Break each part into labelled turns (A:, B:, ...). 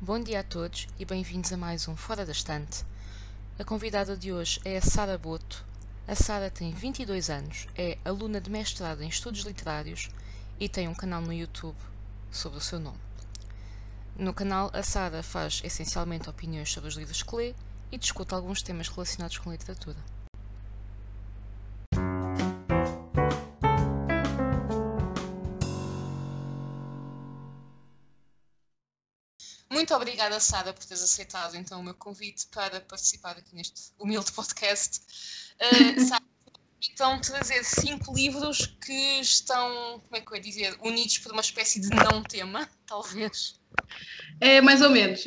A: Bom dia a todos e bem-vindos a mais um Fora da Estante. A convidada de hoje é a Sara Boto. A Sara tem 22 anos, é aluna de mestrado em Estudos Literários e tem um canal no YouTube sobre o seu nome. No canal, a Sara faz essencialmente opiniões sobre os livros que lê e discute alguns temas relacionados com literatura. Muito obrigada, Sara, por teres aceitado então o meu convite para participar aqui neste humilde podcast. Sara, então trazer 5 livros que estão, como é que eu ia dizer, unidos por uma espécie de não tema, talvez.
B: É mais ou menos.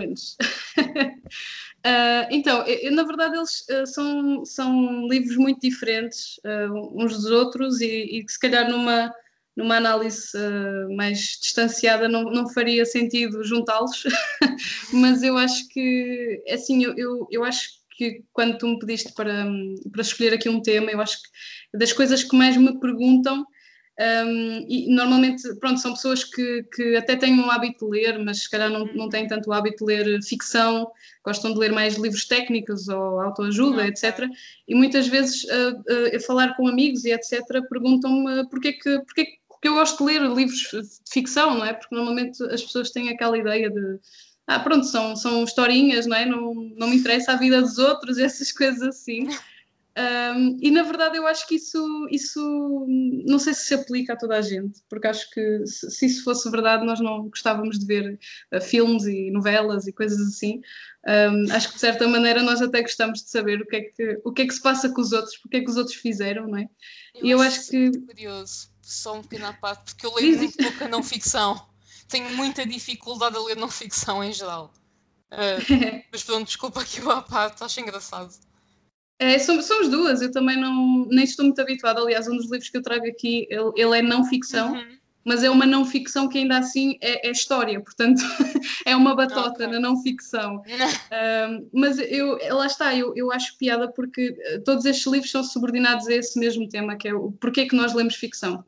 B: Então, na verdade, eles são livros muito diferentes uns dos outros e que se calhar numa análise mais distanciada não faria sentido juntá-los, mas eu acho que, assim, eu acho que quando tu me pediste para escolher aqui um tema, eu acho que das coisas que mais me perguntam. E normalmente, pronto, são pessoas que até têm um hábito de ler, mas se calhar não têm tanto o hábito de ler ficção, gostam de ler mais livros técnicos ou autoajuda, etc. E muitas vezes, a falar com amigos e etc., perguntam-me porque eu gosto de ler livros de ficção, não é? Porque normalmente as pessoas têm aquela ideia de pronto, são historinhas, não é? Não me interessa a vida dos outros, essas coisas assim. E na verdade eu acho que isso não sei se aplica a toda a gente, porque acho que se isso fosse verdade nós não gostávamos de ver filmes e novelas e coisas assim. Acho que de certa maneira nós até gostamos de saber o que é que se passa com os outros, porque é que os outros fizeram, não é?
A: E eu acho que curioso, só um pequeno à parte, porque eu leio muito pouca não ficção. Tenho muita dificuldade a ler não ficção em geral. Mas pronto, desculpa aqui à parte, acho engraçado.
B: Somos duas, eu também nem estou muito habituada. Aliás, um dos livros que eu trago aqui, ele é não ficção, mas é uma não ficção que ainda assim é história, portanto é uma batota na não ficção. Mas lá está, eu acho piada porque todos estes livros são subordinados a esse mesmo tema, que é o porquê é que nós lemos ficção.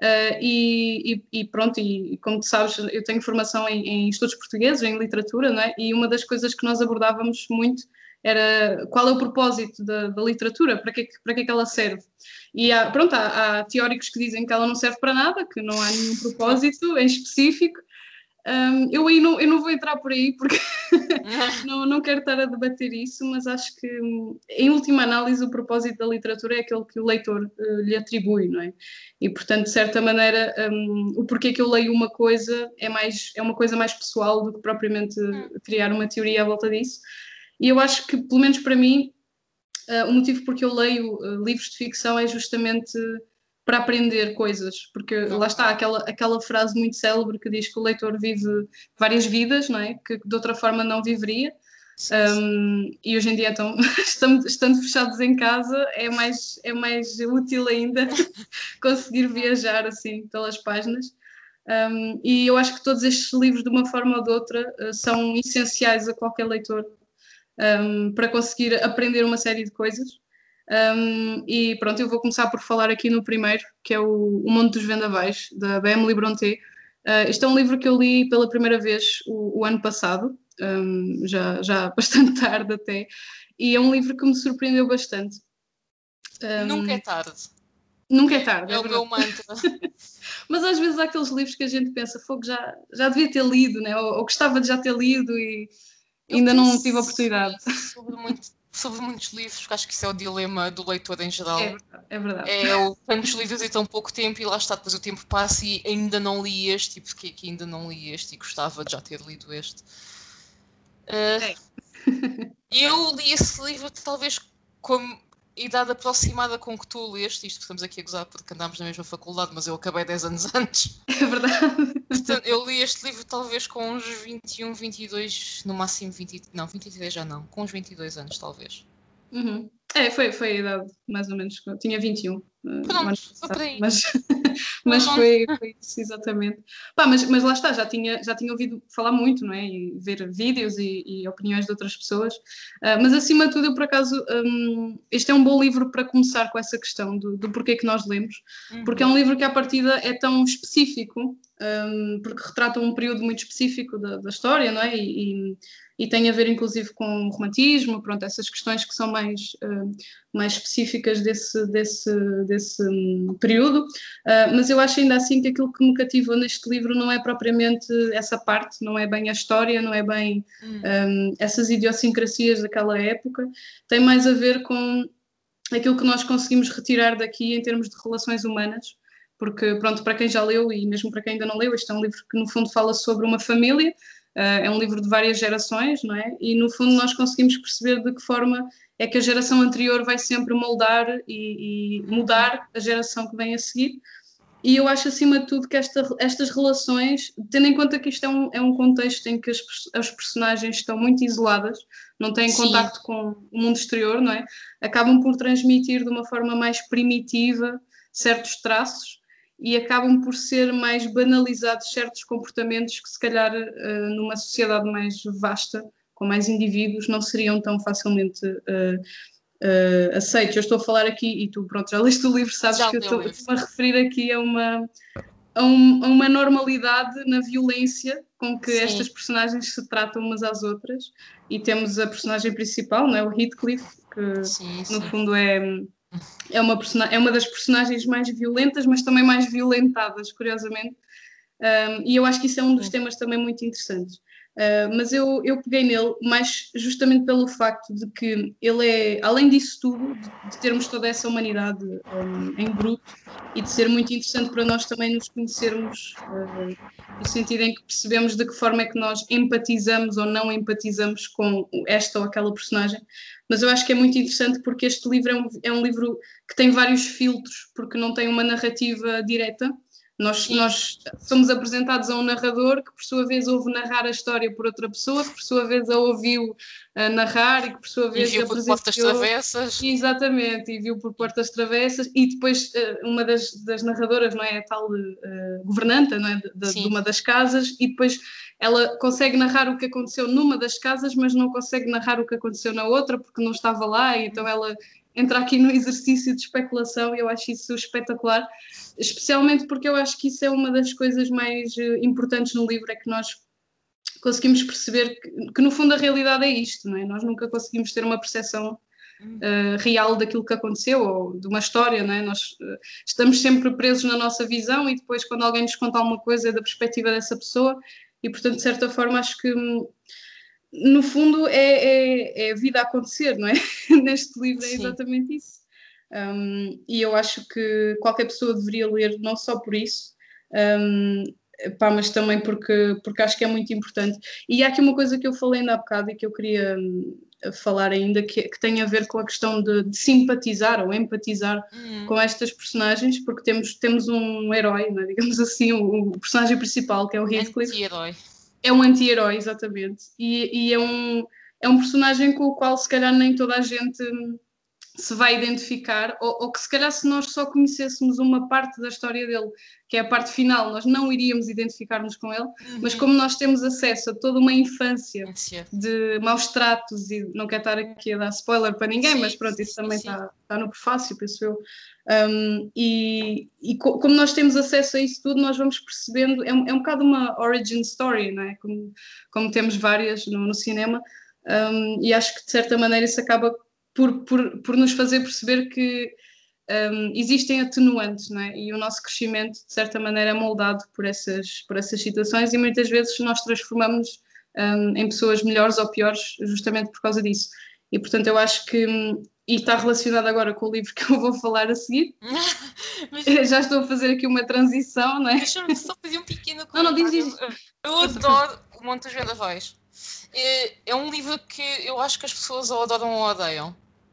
B: E pronto, e como tu sabes, eu tenho formação em estudos portugueses, em literatura, não é? E uma das coisas que nós abordávamos muito era qual é o propósito da literatura, para que é que ela serve. E há teóricos que dizem que ela não serve para nada, que não há nenhum propósito em específico. Eu não vou entrar por aí porque não quero estar a debater isso, mas acho que, em última análise, o propósito da literatura é aquele que o leitor lhe atribui, não é? E, portanto, de certa maneira, o porquê que eu leio uma coisa é uma coisa mais pessoal do que propriamente criar uma teoria à volta disso. E eu acho que, pelo menos para mim, o motivo porque eu leio livros de ficção é justamente para aprender coisas, porque lá está aquela frase muito célebre que diz que o leitor vive várias vidas, não é? Que de outra forma não viveria. E hoje em dia, então, estando fechados em casa, é mais útil ainda conseguir viajar assim pelas páginas. E eu acho que todos estes livros, de uma forma ou de outra, são essenciais a qualquer leitor para conseguir aprender uma série de coisas. E pronto, eu vou começar por falar aqui no primeiro, que é o Mundo dos Vendavais, da Emily Brontë. Este é um livro que eu li pela primeira vez o ano passado, já bastante tarde até, e é um livro que me surpreendeu bastante.
A: Nunca é tarde.
B: Nunca é tarde,
A: é o meu mantra.
B: Mas às vezes há aqueles livros que a gente pensa, fogo, já devia ter lido, né? ou gostava de já ter lido e ainda não tive a oportunidade.
A: Sobre muitos livros, porque acho que isso é o dilema do leitor em geral.
B: É verdade.
A: Tantos livros em tão pouco tempo e lá está, depois o tempo passa e ainda não li este, e porque é que ainda não li este e gostava de já ter lido este. Eu li esse livro talvez com idade aproximada com que tu leste, isto estamos aqui a gozar porque andámos na mesma faculdade, mas eu acabei 10 anos antes.
B: É verdade.
A: Portanto, eu li este livro talvez com uns 21, 22, no máximo 20, não, 23 já não, com uns 22 anos talvez.
B: Uhum. Foi a idade, mais ou menos, eu tinha 21.
A: Pronto, foi por aí.
B: Mas foi isso, exatamente. Mas lá está, já tinha ouvido falar muito, não é? E ver vídeos e opiniões de outras pessoas. Mas acima de tudo, eu por acaso, este é um bom livro para começar com essa questão do porquê que nós lemos, porque é um livro que à partida é tão específico porque retratam um período muito específico da história, não é? E tem a ver inclusive com o romantismo, pronto, essas questões que são mais específicas desse período, mas eu acho ainda assim que aquilo que me cativou neste livro não é propriamente essa parte, não é bem a história, não é bem essas idiosincrasias daquela época, tem mais a ver com aquilo que nós conseguimos retirar daqui em termos de relações humanas, porque, pronto, para quem já leu e mesmo para quem ainda não leu, este é um livro que no fundo fala sobre uma família, é um livro de várias gerações, não é? E no fundo nós conseguimos perceber de que forma é que a geração anterior vai sempre moldar e mudar a geração que vem a seguir. E eu acho, acima de tudo, que estas relações, tendo em conta que isto é um contexto em que as personagens estão muito isoladas, não têm contacto com o mundo exterior, não é? Acabam por transmitir de uma forma mais primitiva certos traços e acabam por ser mais banalizados certos comportamentos que, se calhar, numa sociedade mais vasta, com mais indivíduos, não seriam tão facilmente aceitos. Eu estou a falar aqui, e tu, pronto, já leste o livro, sabes que eu estou-me a referir aqui a uma normalidade na violência com que estas personagens se tratam umas às outras. E temos a personagem principal, não é? O Heathcliff, que no fundo é uma das personagens mais violentas, mas também mais violentadas, curiosamente. E eu acho que isso é um dos temas também muito interessantes. Mas eu peguei nele mais justamente pelo facto de que ele é, além disso tudo, de termos toda essa humanidade em bruto e de ser muito interessante para nós também nos conhecermos, no sentido em que percebemos de que forma é que nós empatizamos ou não empatizamos com esta ou aquela personagem. Mas eu acho que é muito interessante porque este livro é um livro que tem vários filtros, porque não tem uma narrativa direta. Nós somos apresentados a um narrador que, por sua vez, ouve narrar a história por outra pessoa, que, por sua vez, a ouviu narrar e que, por sua vez,
A: viu por portas travessas.
B: Exatamente, e viu por portas travessas. E depois, uma das narradoras, não é? A tal governanta, não é? De uma das casas, e depois ela consegue narrar o que aconteceu numa das casas, mas não consegue narrar o que aconteceu na outra, porque não estava lá, e então ela entra aqui no exercício de especulação e eu acho isso espetacular, especialmente porque eu acho que isso é uma das coisas mais importantes no livro, é que nós conseguimos perceber que no fundo a realidade é isto, não é? Nós nunca conseguimos ter uma percepção real daquilo que aconteceu ou de uma história, não é? Nós estamos sempre presos na nossa visão e depois quando alguém nos conta alguma coisa é da perspectiva dessa pessoa e portanto de certa forma acho que no fundo é a vida a acontecer, não é? Neste livro é exatamente isso. E eu acho que qualquer pessoa deveria ler, não só por isso, mas também porque acho que é muito importante. E há aqui uma coisa que eu falei ainda há bocado e que eu queria falar ainda, que tem a ver com a questão de simpatizar ou empatizar com estas personagens, porque temos um herói, não é? Digamos assim, o personagem principal, que é o Heathcliff.
A: Anti-herói.
B: É um anti-herói, exatamente. E é um personagem com o qual se calhar nem toda a gente se vai identificar, ou que se calhar se nós só conhecêssemos uma parte da história dele, que é a parte final, nós não iríamos identificar-nos com ele, mas como nós temos acesso a toda uma infância de maus tratos, e não quero estar aqui a dar spoiler para ninguém, mas pronto, isso também está no prefácio, penso eu. Como nós temos acesso a isso tudo, nós vamos percebendo, é um bocado uma origin story, não é? Como temos várias no cinema, e acho que de certa maneira isso acaba por nos fazer perceber que existem atenuantes, não é? E o nosso crescimento, de certa maneira, é moldado por essas situações e muitas vezes nós transformamos em pessoas melhores ou piores justamente por causa disso. E, portanto, eu acho que, e está relacionado agora com o livro que eu vou falar a seguir, já estou a fazer aqui uma transição, não é?
A: Deixa-me só fazer um pequeno comentário.
B: Não, diz.
A: Eu adoro O Monte das Vendavais. É um livro que eu acho que as pessoas ou adoram ou odeiam.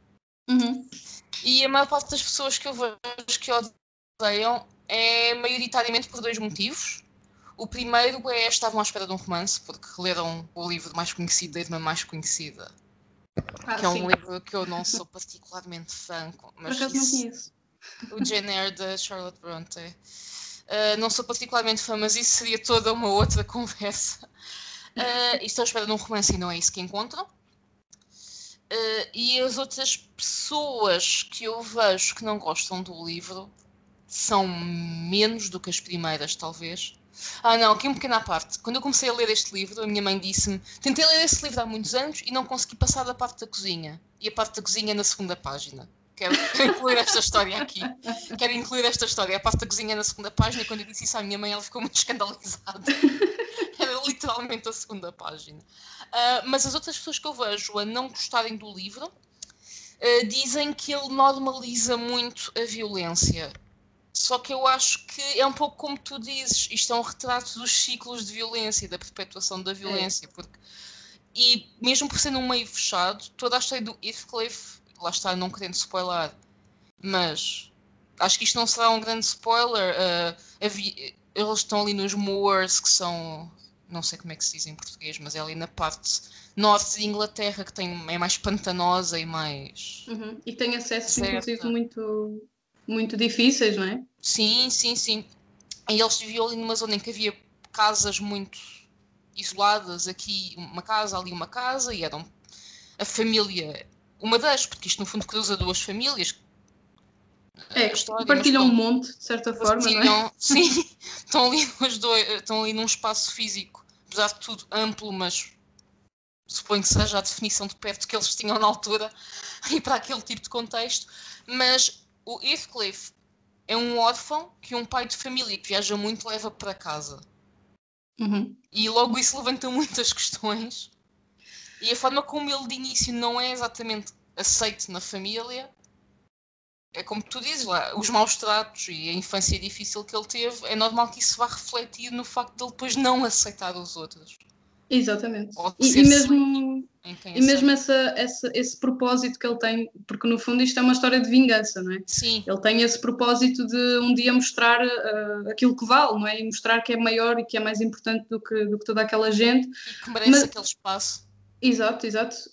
A: E a maior parte das pessoas que eu vejo que odeiam é maioritariamente por dois motivos. O primeiro é estavam à espera de um romance, porque leram o livro mais conhecido da irmã mais conhecida. Que é um livro que eu não sou particularmente fã. Mas
B: por acaso não conheço.
A: O Jane Eyre da Charlotte Bronte. Não sou particularmente fã, mas isso seria toda uma outra conversa. E estão à espera de um romance e não é isso que encontram. E as outras pessoas que eu vejo que não gostam do livro são menos do que as primeiras, talvez. Não, aqui um pequeno à parte. Quando eu comecei a ler este livro, a minha mãe disse-me: tentei ler este livro há muitos anos e não consegui passar da parte da cozinha. E a parte da cozinha é na segunda página. Quero incluir esta história aqui. Quero incluir esta história. A parte da cozinha é na segunda página e quando eu disse isso à minha mãe, ela ficou muito escandalizada. Era literalmente a segunda página. Mas as outras pessoas que eu vejo a não gostarem do livro dizem que ele normaliza muito a violência. Só que eu acho que é um pouco como tu dizes, isto é um retrato dos ciclos de violência, da perpetuação da violência. E mesmo por ser num meio fechado, toda a história do Heathcliff, lá está, não querendo spoiler, mas acho que isto não será um grande spoiler. Eles estão ali nos moors, que são, não sei como é que se diz em português, mas é ali na parte norte de Inglaterra, que é mais pantanosa e mais...
B: E tem acessos, inclusive, muito difíceis, não é?
A: Sim, sim, sim. E eles viviam ali numa zona em que havia casas muito isoladas, aqui uma casa, ali uma casa, e eram a família, uma das, porque isto no fundo cruza duas famílias.
B: Partilham um monte, de certa forma, não é?
A: Sim, estão ali num espaço físico, apesar de tudo amplo, mas suponho que seja a definição de perto que eles tinham na altura e para aquele tipo de contexto. Mas o Heathcliff é um órfão que um pai de família que viaja muito leva para casa. E logo isso levanta muitas questões. E a forma como ele de início não é exatamente aceito na família, é como tu dizes lá, os maus tratos e a infância difícil que ele teve, é normal que isso vá refletir no facto de ele depois não aceitar os outros.
B: Exatamente. E mesmo esse propósito que ele tem, porque no fundo isto é uma história de vingança, não é?
A: Sim.
B: Ele tem esse propósito de um dia mostrar aquilo que vale, não é? E mostrar que é maior e que é mais importante do que toda aquela gente.
A: E que merece aquele espaço.
B: Exato.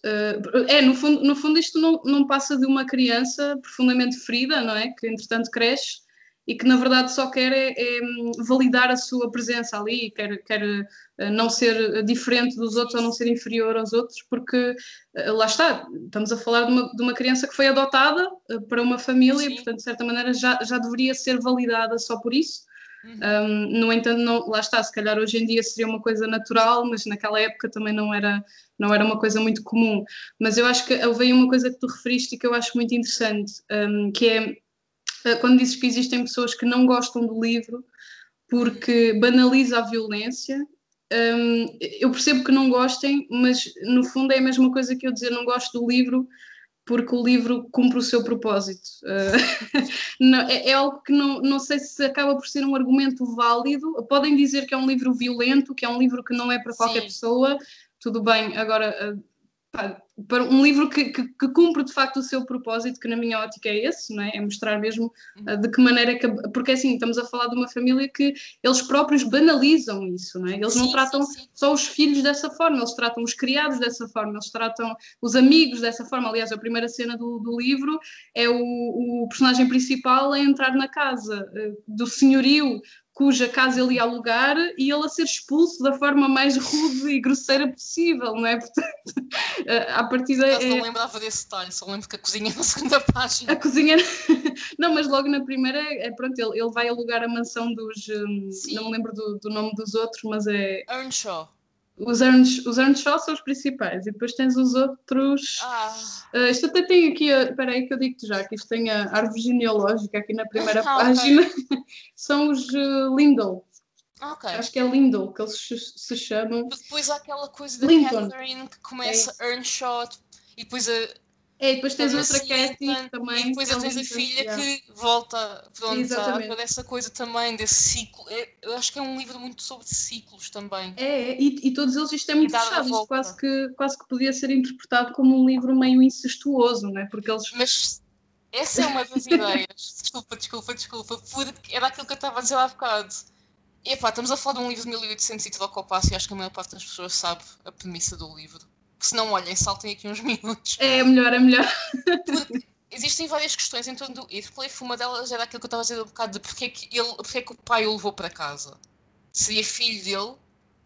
B: No fundo isto não passa de uma criança profundamente ferida, não é? Que entretanto cresce e que na verdade só quer é validar a sua presença ali, quer não ser diferente dos outros ou não ser inferior aos outros, porque lá está, estamos a falar de uma criança que foi adotada para uma família e portanto de certa maneira já deveria ser validada só por isso. No entanto, lá está, se calhar hoje em dia seria uma coisa natural, mas naquela época também não era uma coisa muito comum. Mas eu acho que houve aí uma coisa que tu referiste e que eu acho muito interessante, que é quando dizes que existem pessoas que não gostam do livro porque banaliza a violência. Eu percebo que não gostem, mas no fundo é a mesma coisa que eu dizer não gosto do livro porque o livro cumpre o seu propósito. É algo que não sei se acaba por ser um argumento válido. Podem dizer que é um livro violento, que é um livro que não é para qualquer pessoa, tudo bem. Agora, para um livro que cumpre de facto o seu propósito, que na minha ótica é esse, não é? É mostrar mesmo de que maneira porque assim, estamos a falar de uma família que eles próprios banalizam isso, não é? Eles não tratam só os filhos dessa forma, eles tratam os criados dessa forma, eles tratam os amigos dessa forma. Aliás, a primeira cena do livro é o personagem principal a entrar na casa do senhorio cuja casa ele ia alugar e ele a ser expulso da forma mais rude e grosseira possível, não é? Portanto, à partida
A: não lembrava desse detalhe, só lembro que a cozinha é na segunda página.
B: A cozinha... Não, mas logo na primeira, pronto, ele vai alugar a mansão dos... não me lembro do nome dos outros, mas é...
A: Earnshaw.
B: Os Earnshaw são os principais, e depois tens os outros... isto até tem aqui, espera aí que eu digo-te já, que isto tem a árvore genealógica aqui na primeira página. São os Lindell. Acho que é Lindell que eles se chamam.
A: Depois há aquela coisa da Linton. Catherine que começa Earnshaw e depois
B: depois tens outra Cathy também.
A: E depois tens a filha que volta para essa coisa também, desse ciclo. Eu acho que é um livro muito sobre ciclos também.
B: E todos eles, isto é muito fechado. Isto quase que podia ser interpretado como um livro meio incestuoso, não é? Porque eles...
A: Mas essa é uma das ideias. Desculpa. Porque era aquilo que eu estava a dizer há bocado. Estamos a falar de um livro de 1800 e troca ao passo e acho que a maior parte das pessoas sabe a premissa do livro. Se não, olhem, saltem aqui uns minutos.
B: É melhor.
A: Porque existem várias questões em torno do Heathcliff. Uma delas era aquilo que eu estava a dizer há bocado de porque é que o pai o levou para casa. Seria filho dele?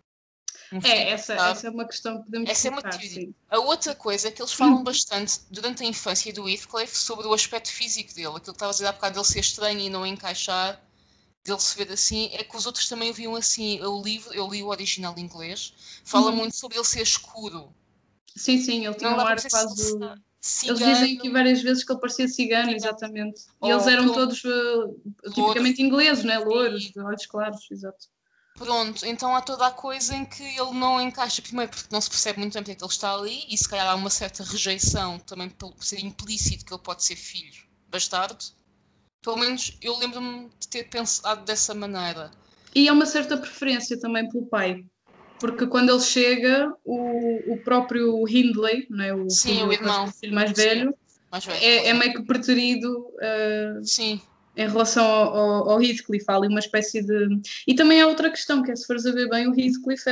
B: Essa é uma questão que podemos colocar, sim.
A: A outra coisa é que eles falam bastante durante a infância do Heathcliff sobre o aspecto físico dele. Aquilo que estava a dizer há bocado dele ser estranho e não encaixar. dele se ver assim, é que os outros também o viam assim. O livro, eu li o original em inglês, fala muito sobre ele ser escuro.
B: Sim, ele tinha
A: Não
B: um
A: dá para
B: ar
A: perceber se
B: quase.
A: ele está
B: Eles dizem aqui
A: cigano,
B: várias vezes que ele parecia cigano,
A: cigano,
B: exatamente. E eles
A: ou
B: eram
A: pronto,
B: todos
A: louros,
B: tipicamente ingleses,
A: muito
B: né? Louros,
A: frio.
B: de olhos claros, exato.
A: Pronto, então há toda a coisa em que ele não encaixa, primeiro porque não se percebe muito bem porque é que ele está ali, e se calhar há uma certa rejeição também por ser implícito que ele pode ser filho bastardo. Pelo menos eu lembro-me de ter pensado dessa maneira.
B: E há uma certa preferência também pelo pai, porque quando ele chega, o próprio Hindley, não é?
A: Sim, o
B: Acho que
A: irmão.
B: o filho mais
A: Sim,
B: velho,
A: mais velho.
B: é meio que preterido
A: Sim.
B: em relação ao Heathcliff. Há ali uma espécie de. E também há outra questão, que é, se fores a ver bem, o Heathcliff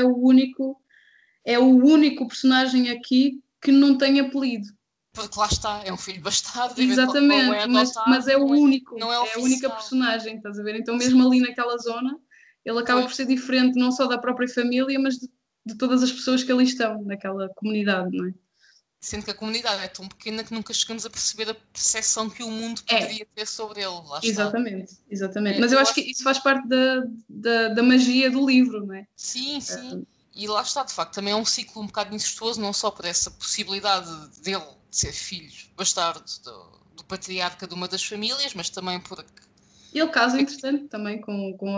B: é o único personagem aqui que não tem apelido.
A: Porque lá está, é um filho bastardo, eventualmente ou é
B: Exatamente, mas
A: adotado,
B: é o único,
A: não é
B: é a única
A: oficial.
B: personagem, estás a ver? Então, mesmo
A: Sim,
B: ali naquela zona, ele acaba por
A: pois.
B: ser diferente não só da própria família, mas de todas as pessoas que ali estão, naquela comunidade, não é?
A: Sendo que a comunidade é tão pequena que nunca chegamos a perceber a percepção que o mundo
B: É,
A: poderia ter sobre ele. Lá está.
B: exatamente.
A: É,
B: Mas eu
A: eu
B: acho que
A: acho.
B: isso faz parte da magia do livro, não é?
A: Sim, sim. E lá está, de facto, também é um ciclo um bocado incestuoso, não só por essa possibilidade dele de ser filho bastardo do patriarca de uma das famílias, mas também por
B: E ele casa, entretanto, também com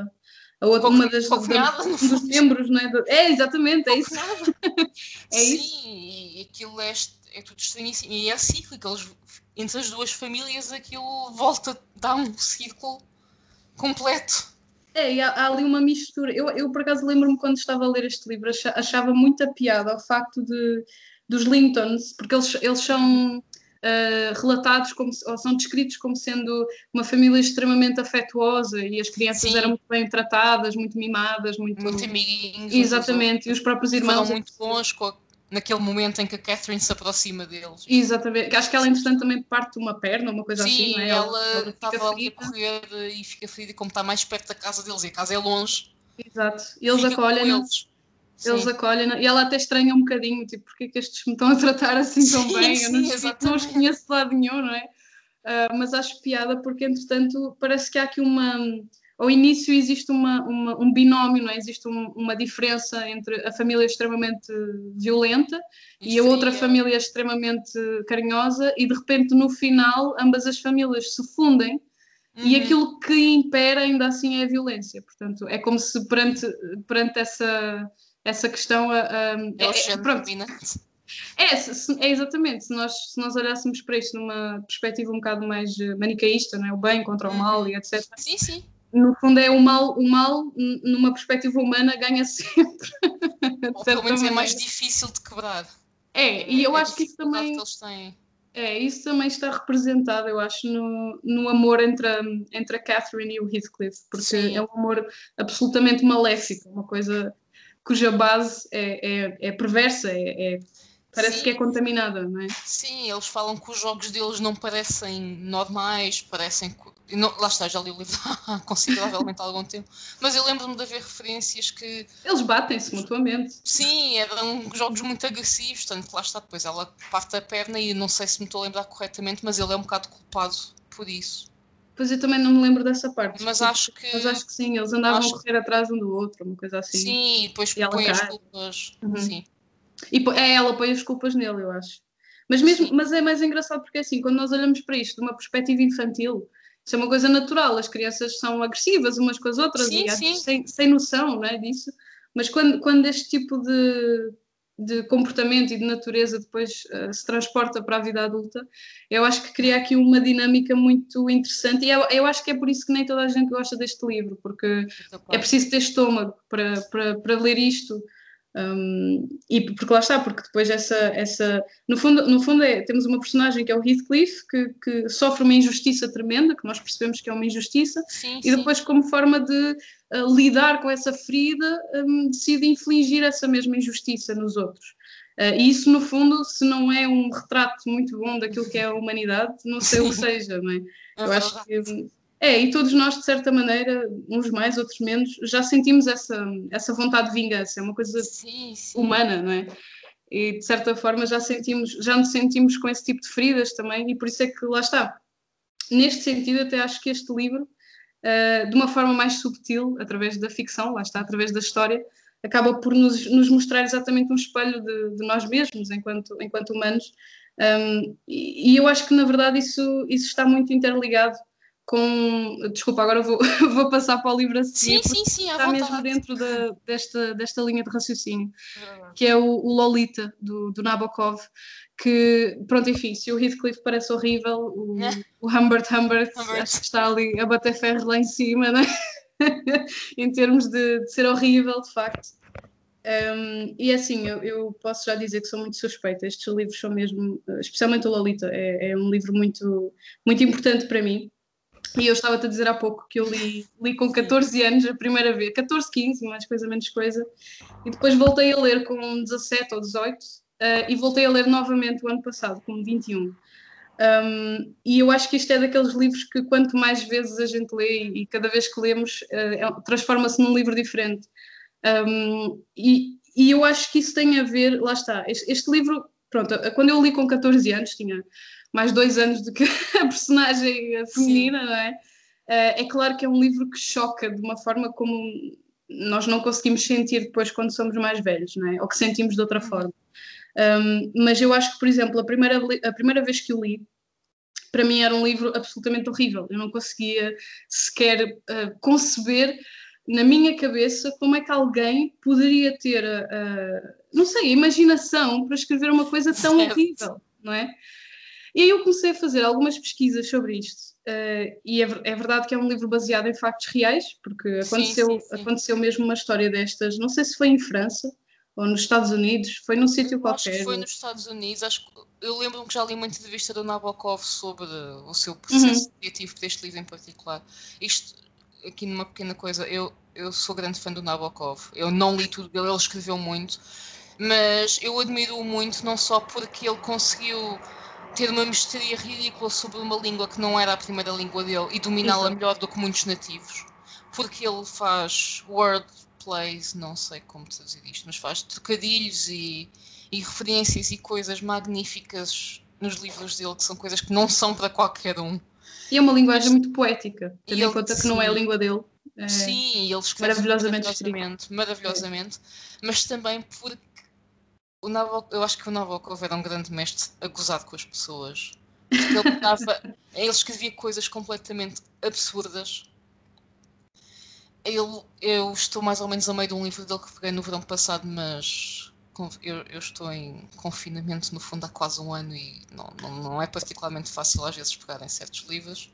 B: a outra, uma
A: com a cunhada, no
B: um dos
A: fundo.
B: membros, não é? É, exatamente,
A: Com
B: é
A: a
B: isso.
A: cunhada.
B: É isso.
A: Sim, e aquilo é tudo estranhíssimo. E é cíclico, entre as duas famílias aquilo volta, dá um círculo completo.
B: É, e há ali uma mistura. Eu por acaso lembro-me quando estava a ler este livro, achava muita piada ao facto dos Lintons, porque eles são relatados ou são descritos como sendo uma família extremamente afetuosa e as crianças eram
A: Sim,
B: muito bem tratadas, muito mimadas,
A: muito
B: muito.
A: amiguinhos uns dos
B: Exatamente, e
A: outros.
B: os próprios
A: E foram
B: irmãos.
A: muito longe naquele momento em que a Catherine se aproxima deles.
B: Exatamente, que acho que ela entretanto também parte uma perna, uma coisa assim, não é?
A: Sim, ela
B: Ela fica
A: estava ali a
B: ferida.
A: correr e fica ferida, e como está mais perto da casa deles e a casa é longe,
B: Exato, e eles
A: fica com
B: acolhem-na.
A: eles.
B: Eles
A: Sim,
B: acolhem, e ela até estranha um bocadinho, tipo, porque é que estes me estão a tratar assim tão
A: sim,
B: bem? Eu
A: sim,
B: não os
A: exatamente.
B: conheço de lado nenhum, não é? Mas acho piada porque, entretanto, parece que há aqui uma. Ao início existe um binómio, não é? Existe uma diferença entre a família extremamente violenta
A: E
B: e a outra
A: fria.
B: família extremamente carinhosa, e de repente no final ambas as famílias se fundem e
A: Uhum.
B: aquilo que impera ainda assim é a violência. Portanto, é como se perante essa questão.
A: É o género
B: Pronto,
A: dominante.
B: é exatamente. Se nós olhássemos para isto numa perspectiva um bocado mais manicaísta, não é? O bem contra o mal e
A: Uhum.
B: etc.
A: Sim, sim.
B: No fundo, é o mal numa perspectiva humana, ganha sempre, de
A: Ou pelo
B: certa
A: menos é mais
B: maneira.
A: difícil de quebrar.
B: E eu
A: É a
B: acho que
A: dificuldade que eles têm.
B: isso também está representado, eu acho, no amor entre a Catherine e o Heathcliff, porque é
A: Sim.
B: um amor absolutamente maléfico, uma coisa cuja base é perversa, parece que é
A: Sim,
B: contaminada, não é?
A: sim, eles falam que os jogos deles não parecem normais, parecem. Lá está, já li o livro há consideravelmente algum tempo, mas eu lembro-me de haver referências que,
B: Eles batem-se mutuamente.
A: sim, eram jogos muito agressivos, tanto que lá está, depois ela parte a perna e não sei se me estou a lembrar corretamente, mas ele é um bocado culpado por isso.
B: Pois eu também não me lembro dessa parte
A: Mas
B: específica, mas acho que sim, eles andavam a
A: acho
B: correr atrás um do outro, uma coisa assim,
A: sim, e depois
B: e ela
A: põe as
B: cai.
A: culpas,
B: Uhum.
A: sim,
B: Ela põe as culpas nele, eu acho.
A: sim,
B: Mas é mais engraçado porque assim, quando nós olhamos para isto de uma perspectiva infantil, isso é uma coisa natural, as crianças são agressivas umas com as outras
A: sim,
B: e às vezes
A: sim,
B: sem noção, não é, disso. Mas quando este tipo de comportamento e de natureza depois se transporta para a vida adulta, eu acho que cria aqui uma dinâmica muito interessante e eu acho que é por isso que nem toda a gente gosta deste livro, porque
A: é
B: é
A: capaz.
B: preciso ter estômago para ler isto. E porque lá está, porque depois no fundo temos uma personagem que é o Heathcliff, que sofre uma injustiça tremenda, que nós percebemos que é uma injustiça,
A: Sim,
B: e
A: sim,
B: depois, como forma de lidar com essa ferida, decide infligir essa mesma injustiça nos outros. E isso, no fundo, se não é um retrato muito bom daquilo que é a humanidade, não sei o que
A: sim,
B: seja, não é?
A: é
B: Eu acho
A: verdade.
B: que e todos nós, de certa maneira, uns mais, outros menos, já sentimos essa vontade de vingança, é uma coisa
A: Sim, sim.
B: humana, não é? E de certa forma já nos sentimos com esse tipo de feridas também, e por isso é que lá está. Neste sentido, até acho que este livro de uma forma mais subtil, através da ficção, lá está, através da história, acaba por nos mostrar exatamente um espelho de nós mesmos, enquanto humanos. E eu acho que, na verdade, isso está muito interligado com... Desculpa, agora vou passar para o livro a seguir,
A: Sim,
B: porque
A: sim, à
B: está mesmo
A: vontade.
B: dentro desta linha de raciocínio,
A: Verdade.
B: que é o Lolita, do Nabokov, que, pronto, enfim, se o Heathcliff parece horrível, o Humbert
A: Humbert.
B: acho que está ali a bater ferro lá em cima, né? Em termos de ser horrível, de facto. E assim, eu posso já dizer que sou muito suspeita. Estes livros são mesmo, especialmente o Lolita, é um livro muito, muito importante para mim. E eu estava-te a dizer há pouco que eu li com 14 anos a primeira vez, 14, 15, mais coisa, menos coisa, e depois voltei a ler com 17 ou 18, e voltei a ler novamente o ano passado, com 21. E eu acho que isto é daqueles livros que quanto mais vezes a gente lê e cada vez que lemos, transforma-se num livro diferente. E eu acho que isso tem a ver, lá está, este livro, pronto, quando eu li com 14 anos, tinha mais 2 anos do que a personagem
A: Sim.
B: feminina, não é? É claro que é um livro que choca de uma forma como nós não conseguimos sentir depois quando somos mais velhos, não é? Ou que sentimos de outra forma. Mas eu acho que, por exemplo, a primeira vez que o li, para mim era um livro absolutamente horrível. Eu não conseguia sequer conceber na minha cabeça como é que alguém poderia ter, não sei, a imaginação para escrever uma coisa tão
A: Certo.
B: horrível, não é? E aí eu comecei a fazer algumas pesquisas sobre isto. E é verdade que é um livro baseado em factos reais, porque
A: Sim, sim, sim.
B: aconteceu mesmo uma história destas, não sei se foi em França ou nos Estados Unidos, foi num sítio
A: Eu acho que
B: qualquer.
A: foi nos Estados Unidos. Eu lembro-me que já li uma entrevista do Nabokov sobre o seu processo
B: Uhum.
A: criativo para este livro em particular. Isto, aqui numa pequena coisa, eu sou grande fã do Nabokov. Eu não li tudo dele, ele escreveu muito, mas eu admiro-o muito, não só porque ele conseguiu ter uma mestria ridícula sobre uma língua que não era a primeira língua dele e dominá-la
B: Exato.
A: melhor do que muitos nativos, porque ele faz wordplays, não sei como traduzir isto, mas faz trocadilhos e referências e coisas magníficas nos livros dele, que são coisas que não são para qualquer um.
B: E é uma linguagem
A: Mas,
B: muito poética,
A: e
B: tendo em
A: ele,
B: conta que não é a
A: sim,
B: língua dele. É
A: sim, ele escreve
B: maravilhosamente escrito.
A: maravilhosamente,
B: É.
A: maravilhosamente, mas também porque eu acho que o Nabokov era um grande mestre a gozar com as pessoas. Porque ele escrevia coisas completamente absurdas. Eu estou mais ou menos a meio de um livro dele que peguei no verão passado, mas eu estou em confinamento no fundo há quase um ano e não é particularmente fácil às vezes pegar em certos livros.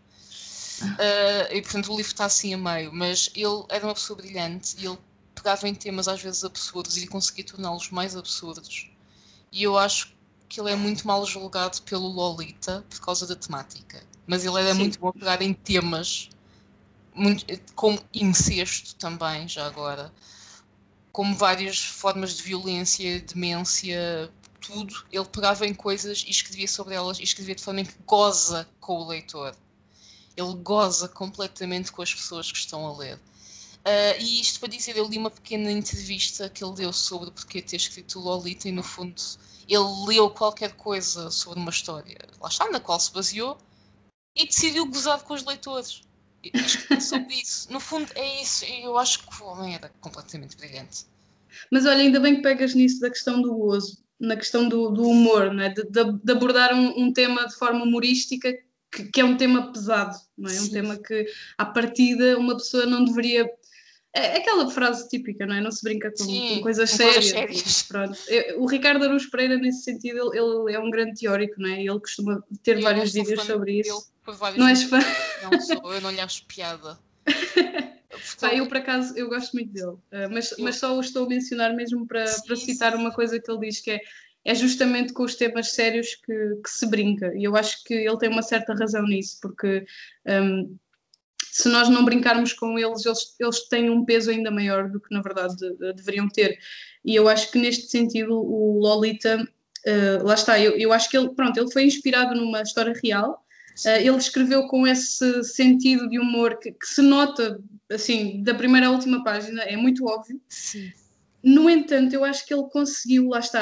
A: E portanto o livro está assim a meio, mas ele era uma pessoa brilhante e ele pegava em temas às vezes absurdos e conseguia torná-los mais absurdos. E eu acho que ele é muito mal julgado pelo Lolita por causa da temática. Mas ele era
B: Sim.
A: muito bom a pegar em temas muito, como incesto também, já agora, como várias formas de violência, demência, tudo. Ele pegava em coisas e escrevia sobre elas e escrevia de forma em que goza com o leitor. Ele goza completamente com as pessoas que estão a ler. E isto para dizer, eu li uma pequena entrevista que ele deu sobre porque ter escrito Lolita e no fundo ele leu qualquer coisa sobre uma história, lá está, na qual se baseou e decidiu gozar com os leitores. E escrever sobre isso. No fundo é isso. E eu acho que o homem era completamente brilhante.
B: Mas olha, ainda bem que pegas nisso da questão do gozo, na questão do humor, não é? De abordar um tema de forma humorística que é um tema pesado, não é? Um
A: Sim,
B: tema que, à partida, uma pessoa não deveria. É aquela frase típica, não é? Não se brinca com
A: sim,
B: coisas
A: com coisas
B: sérias. E
A: sérias.
B: pronto. O Ricardo Araújo Pereira, nesse sentido, ele é um grande teórico, não é? Ele costuma ter
A: Eu não
B: vários
A: sou
B: vídeos
A: fã
B: sobre
A: dele
B: isso.
A: por vários
B: Não és fã?
A: motivos. Não sou, eu não lhe acho piada. Porque
B: Pá, eu
A: ele,
B: por acaso eu gosto muito dele, mas
A: eu,
B: só o estou a mencionar mesmo para
A: sim,
B: citar uma
A: sim.
B: coisa que ele diz que é justamente com os temas sérios que se brinca, e eu acho que ele tem uma certa razão nisso, porque um, se nós não brincarmos com eles têm um peso ainda maior do que na verdade deveriam ter, e eu acho que neste sentido o Lolita, lá está, eu acho que ele, pronto, ele foi inspirado numa história real.
A: Sim,
B: Ele escreveu com esse sentido de humor que se nota, assim, da primeira à última página, é muito óbvio.
A: sim.
B: No entanto, eu acho que ele conseguiu, lá está.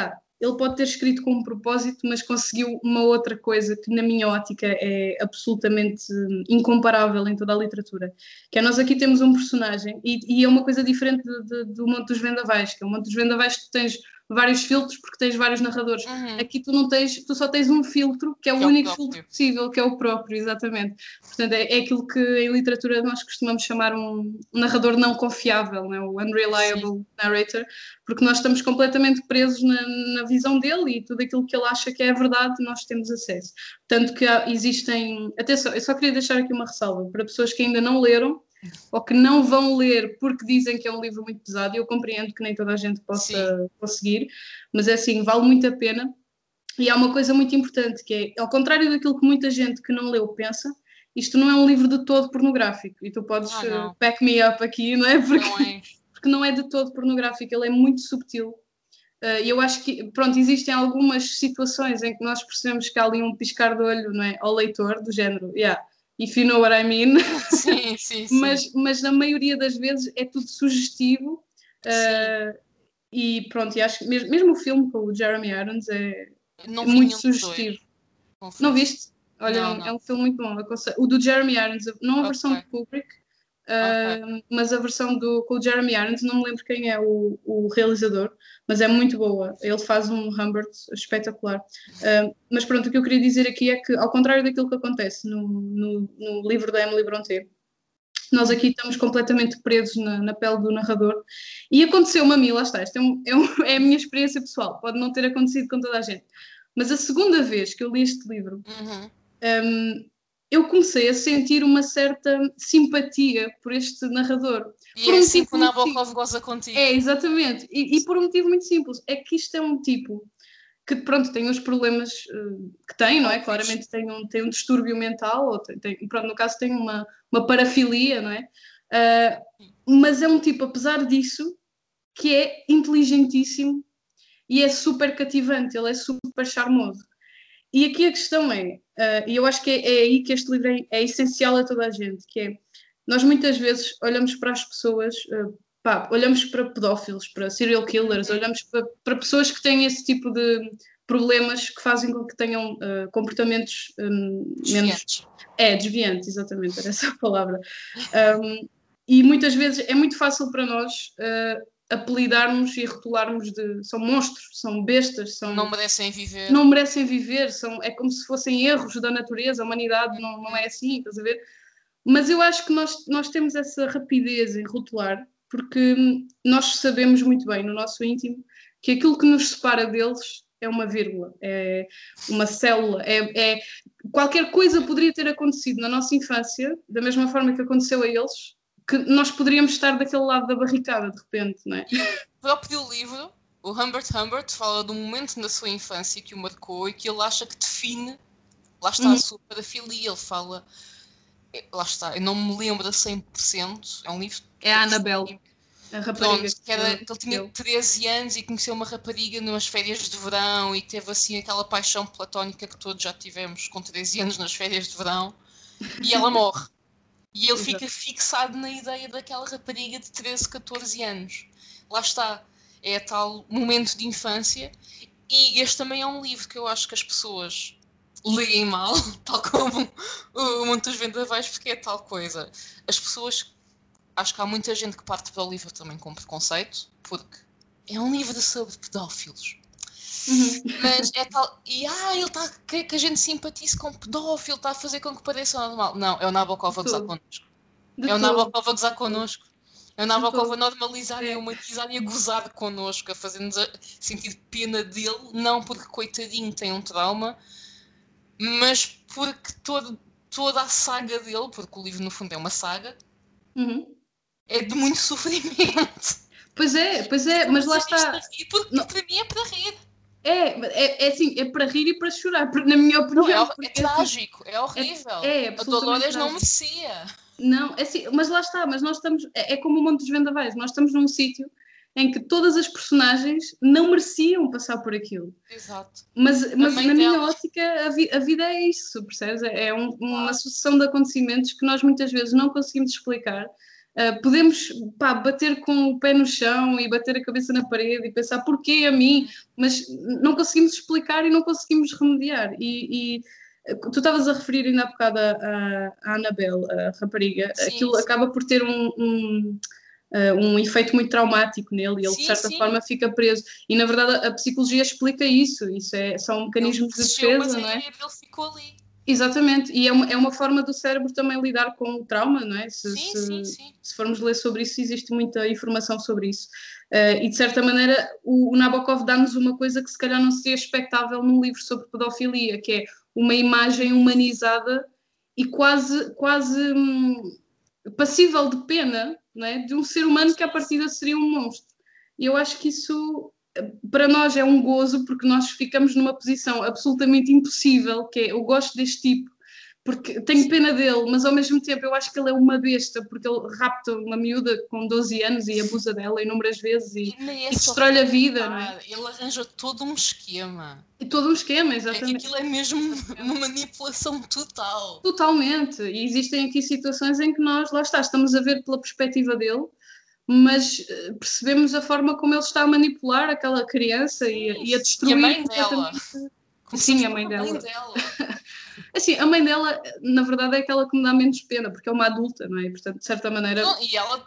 B: ele pode ter escrito com um propósito, mas conseguiu uma outra coisa que, na minha ótica, é absolutamente incomparável em toda a literatura. Que é, nós aqui temos um personagem, e é uma coisa diferente do Monte dos Vendavais, que é o Monte dos Vendavais que tu tens vários filtros porque tens vários narradores. Aqui tu só tens um filtro, que é o único filtro possível, que é o próprio, exatamente. Portanto, é aquilo que em literatura nós costumamos chamar um narrador não confiável, né? O unreliable narrator, porque nós estamos completamente presos na visão dele e tudo aquilo que ele acha que é a verdade, nós temos acesso. Tanto que existem... Atenção, eu só queria deixar aqui uma ressalva para pessoas que ainda não leram ou que não vão ler porque dizem que é um livro muito pesado, e eu compreendo que nem toda a gente possa conseguir, mas é assim, vale muito a pena. E há uma coisa muito importante, que é, ao contrário daquilo que muita gente que não leu pensa, isto não é um livro de todo pornográfico, e tu podes back me up aqui, não é? Porque não é de todo pornográfico, ele é muito subtil. E eu acho que, pronto, existem algumas situações em que nós percebemos que há ali um piscar de olho, não é, ao leitor, do género, if you know what I mean.
A: Sim.
B: Mas na maioria das vezes é tudo sugestivo. E pronto, e acho que mesmo o filme com o Jeremy Irons é muito sugestivo. Não viste? Olha, é um filme muito bom. O do Jeremy Irons, não a versão de Kubrick, mas a versão com o Jeremy Irons, não me lembro quem é o realizador, mas é muito boa. Ele faz um Humbert espetacular. Mas pronto, o que eu queria dizer aqui é que, ao contrário daquilo que acontece no livro da Emily Brontë, nós aqui estamos completamente presos na pele do narrador. E aconteceu-me a mim, lá está, isto é a minha experiência pessoal, pode não ter acontecido com toda a gente. Mas a segunda vez que eu li este livro, eu comecei a sentir uma certa simpatia por este narrador.
A: E é assim que o Nabokov goza contigo.
B: É, exatamente. E por um motivo muito simples. É que isto é um tipo que, pronto, tem os problemas que tem, não é? Claramente tem um distúrbio mental, ou pronto, no caso tem uma parafilia, não é? Mas é um tipo, apesar disso, que é inteligentíssimo e é super cativante, ele é super charmoso. E aqui a questão e eu acho que é aí que este livro é essencial a toda a gente, que é, nós muitas vezes olhamos para as pessoas, olhamos para pedófilos, para serial killers, olhamos para pessoas que têm esse tipo de problemas que fazem com que tenham comportamentos
A: desviantes.
B: Desviantes, exatamente, era essa a palavra. E muitas vezes é muito fácil para nós apelidarmos e rotularmos são monstros, são bestas,
A: não merecem viver.
B: Não merecem viver, é como se fossem erros da natureza, a humanidade não é assim, estás a ver? Mas eu acho que nós temos essa rapidez em rotular, porque nós sabemos muito bem, no nosso íntimo, que aquilo que nos separa deles é uma vírgula, é uma célula, qualquer coisa poderia ter acontecido na nossa infância, da mesma forma que aconteceu a eles, que nós poderíamos estar daquele lado da barricada, de repente, não é?
A: O próprio livro, o Humbert fala de um momento na sua infância que o marcou e que ele acha que define, lá está a sua parafilia, ele fala, lá está, eu não me lembro a 100%, é um livro...
B: É a Annabelle, a rapariga.
A: Pronto, que ele tinha 13 anos e conheceu uma rapariga numas férias de verão e teve assim aquela paixão platónica que todos já tivemos com 13 anos nas férias de verão, e ela morre. E ele fica fixado na ideia daquela rapariga de 13, 14 anos. Lá está, é tal momento de infância. E este também é um livro que eu acho que as pessoas leem mal, tal como o Monte dos Vendavais, porque é tal coisa. As pessoas, acho que há muita gente que parte para o livro também com preconceito, porque é um livro sobre pedófilos. Mas é tal, ele está que a gente simpatize com pedófilo, está a fazer com que pareça normal. Não, é o Nabokov a gozar connosco. É o Nabokov a gozar connosco. É o Nabokov a normalizar e a humanizar e a gozar connosco, a fazer-nos sentir pena dele, não porque coitadinho tem um trauma, mas porque toda a saga dele, porque o livro no fundo é uma saga, é de muito sofrimento.
B: Pois é, mas lá está.
A: Porque para mim é para rir.
B: É assim, é para rir e para chorar, na minha opinião.
A: Não, é trágico, é horrível. A Dolores não merecia.
B: Não, é assim, mas lá está, mas nós estamos, é como o Monte dos Vendavais, nós estamos num sítio em que todas as personagens não mereciam passar por aquilo.
A: Exato.
B: Mas na minha ótica, a vida é isso, percebes? É uma sucessão de acontecimentos que nós muitas vezes não conseguimos explicar, Podemos bater com o pé no chão e bater a cabeça na parede e pensar porquê a mim, mas não conseguimos explicar e não conseguimos remediar. Tu estavas a referir ainda há bocado a Annabelle, a rapariga,
A: Sim,
B: aquilo
A: sim.
B: acaba por ter um efeito muito traumático nele e ele de certa forma fica preso. E na verdade a psicologia explica isso são mecanismos de defesa, não é?
A: Ele ficou ali.
B: Exatamente, e é uma forma do cérebro também lidar com o trauma, não é?
A: Sim.
B: Se formos ler sobre isso, existe muita informação sobre isso. E de certa maneira, o Nabokov dá-nos uma coisa que se calhar não seria expectável num livro sobre pedofilia, que é uma imagem humanizada e quase passível de pena, não é? De um ser humano que à partida seria um monstro. E eu acho que isso para nós é um gozo porque nós ficamos numa posição absolutamente impossível, que é eu gosto deste tipo porque tenho pena dele, mas ao mesmo tempo eu acho que ele é uma besta porque ele rapta uma miúda com 12 anos e abusa dela inúmeras vezes e destrói a vida, não é?
A: Ele arranja todo um esquema.
B: E todo um esquema, exatamente.
A: Aquilo é mesmo uma manipulação total.
B: Totalmente. E existem aqui situações em que nós, lá está, estamos a ver pela perspectiva dele, mas percebemos a forma como ele está a manipular aquela criança e a destruir.
A: E a mãe dela.
B: Sim, a mãe dela. Assim, a mãe dela, na verdade, é aquela que me dá menos pena, porque é uma adulta, não é? Portanto, de certa maneira.
A: Não, e ela,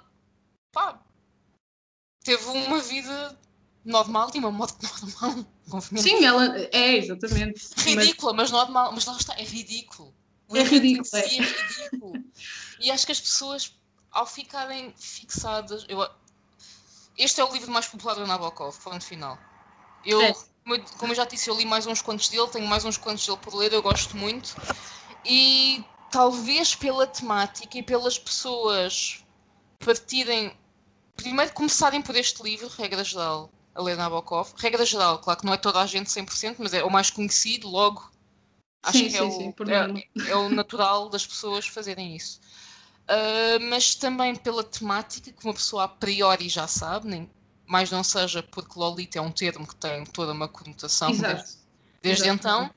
A: teve uma vida normal, tinha uma morte normal.
B: Sim, ela é, exatamente.
A: Ridícula, mas normal. Mas lá está, é ridículo.
B: É ridículo.
A: É ridículo. E acho que as pessoas, ao ficarem fixadas. Este é o livro mais popular do Nabokov, ponto final. Como eu já disse, eu li mais uns quantos dele, tenho mais uns quantos dele por ler, eu gosto muito. E talvez pela temática e pelas pessoas partirem. Primeiro começarem por este livro, regra geral, a ler Nabokov. Regra geral, claro que não é toda a gente 100%, mas é o mais conhecido, logo. Acho que é o natural das pessoas fazerem isso. Mas também pela temática, que uma pessoa a priori já sabe, nem mais não seja porque Lolita é um termo que tem toda uma conotação desde então.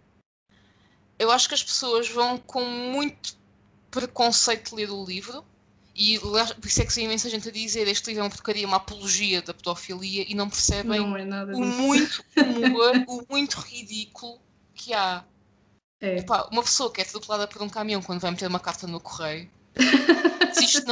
A: Eu acho que as pessoas vão com muito preconceito ler o livro, e por isso é que tem imensa gente a dizer este livro é uma porcaria, uma apologia da pedofilia, e não percebem muito humor, o muito ridículo que há. Epá, uma pessoa que é atropelada por um caminhão quando vai meter uma carta no correio, se isto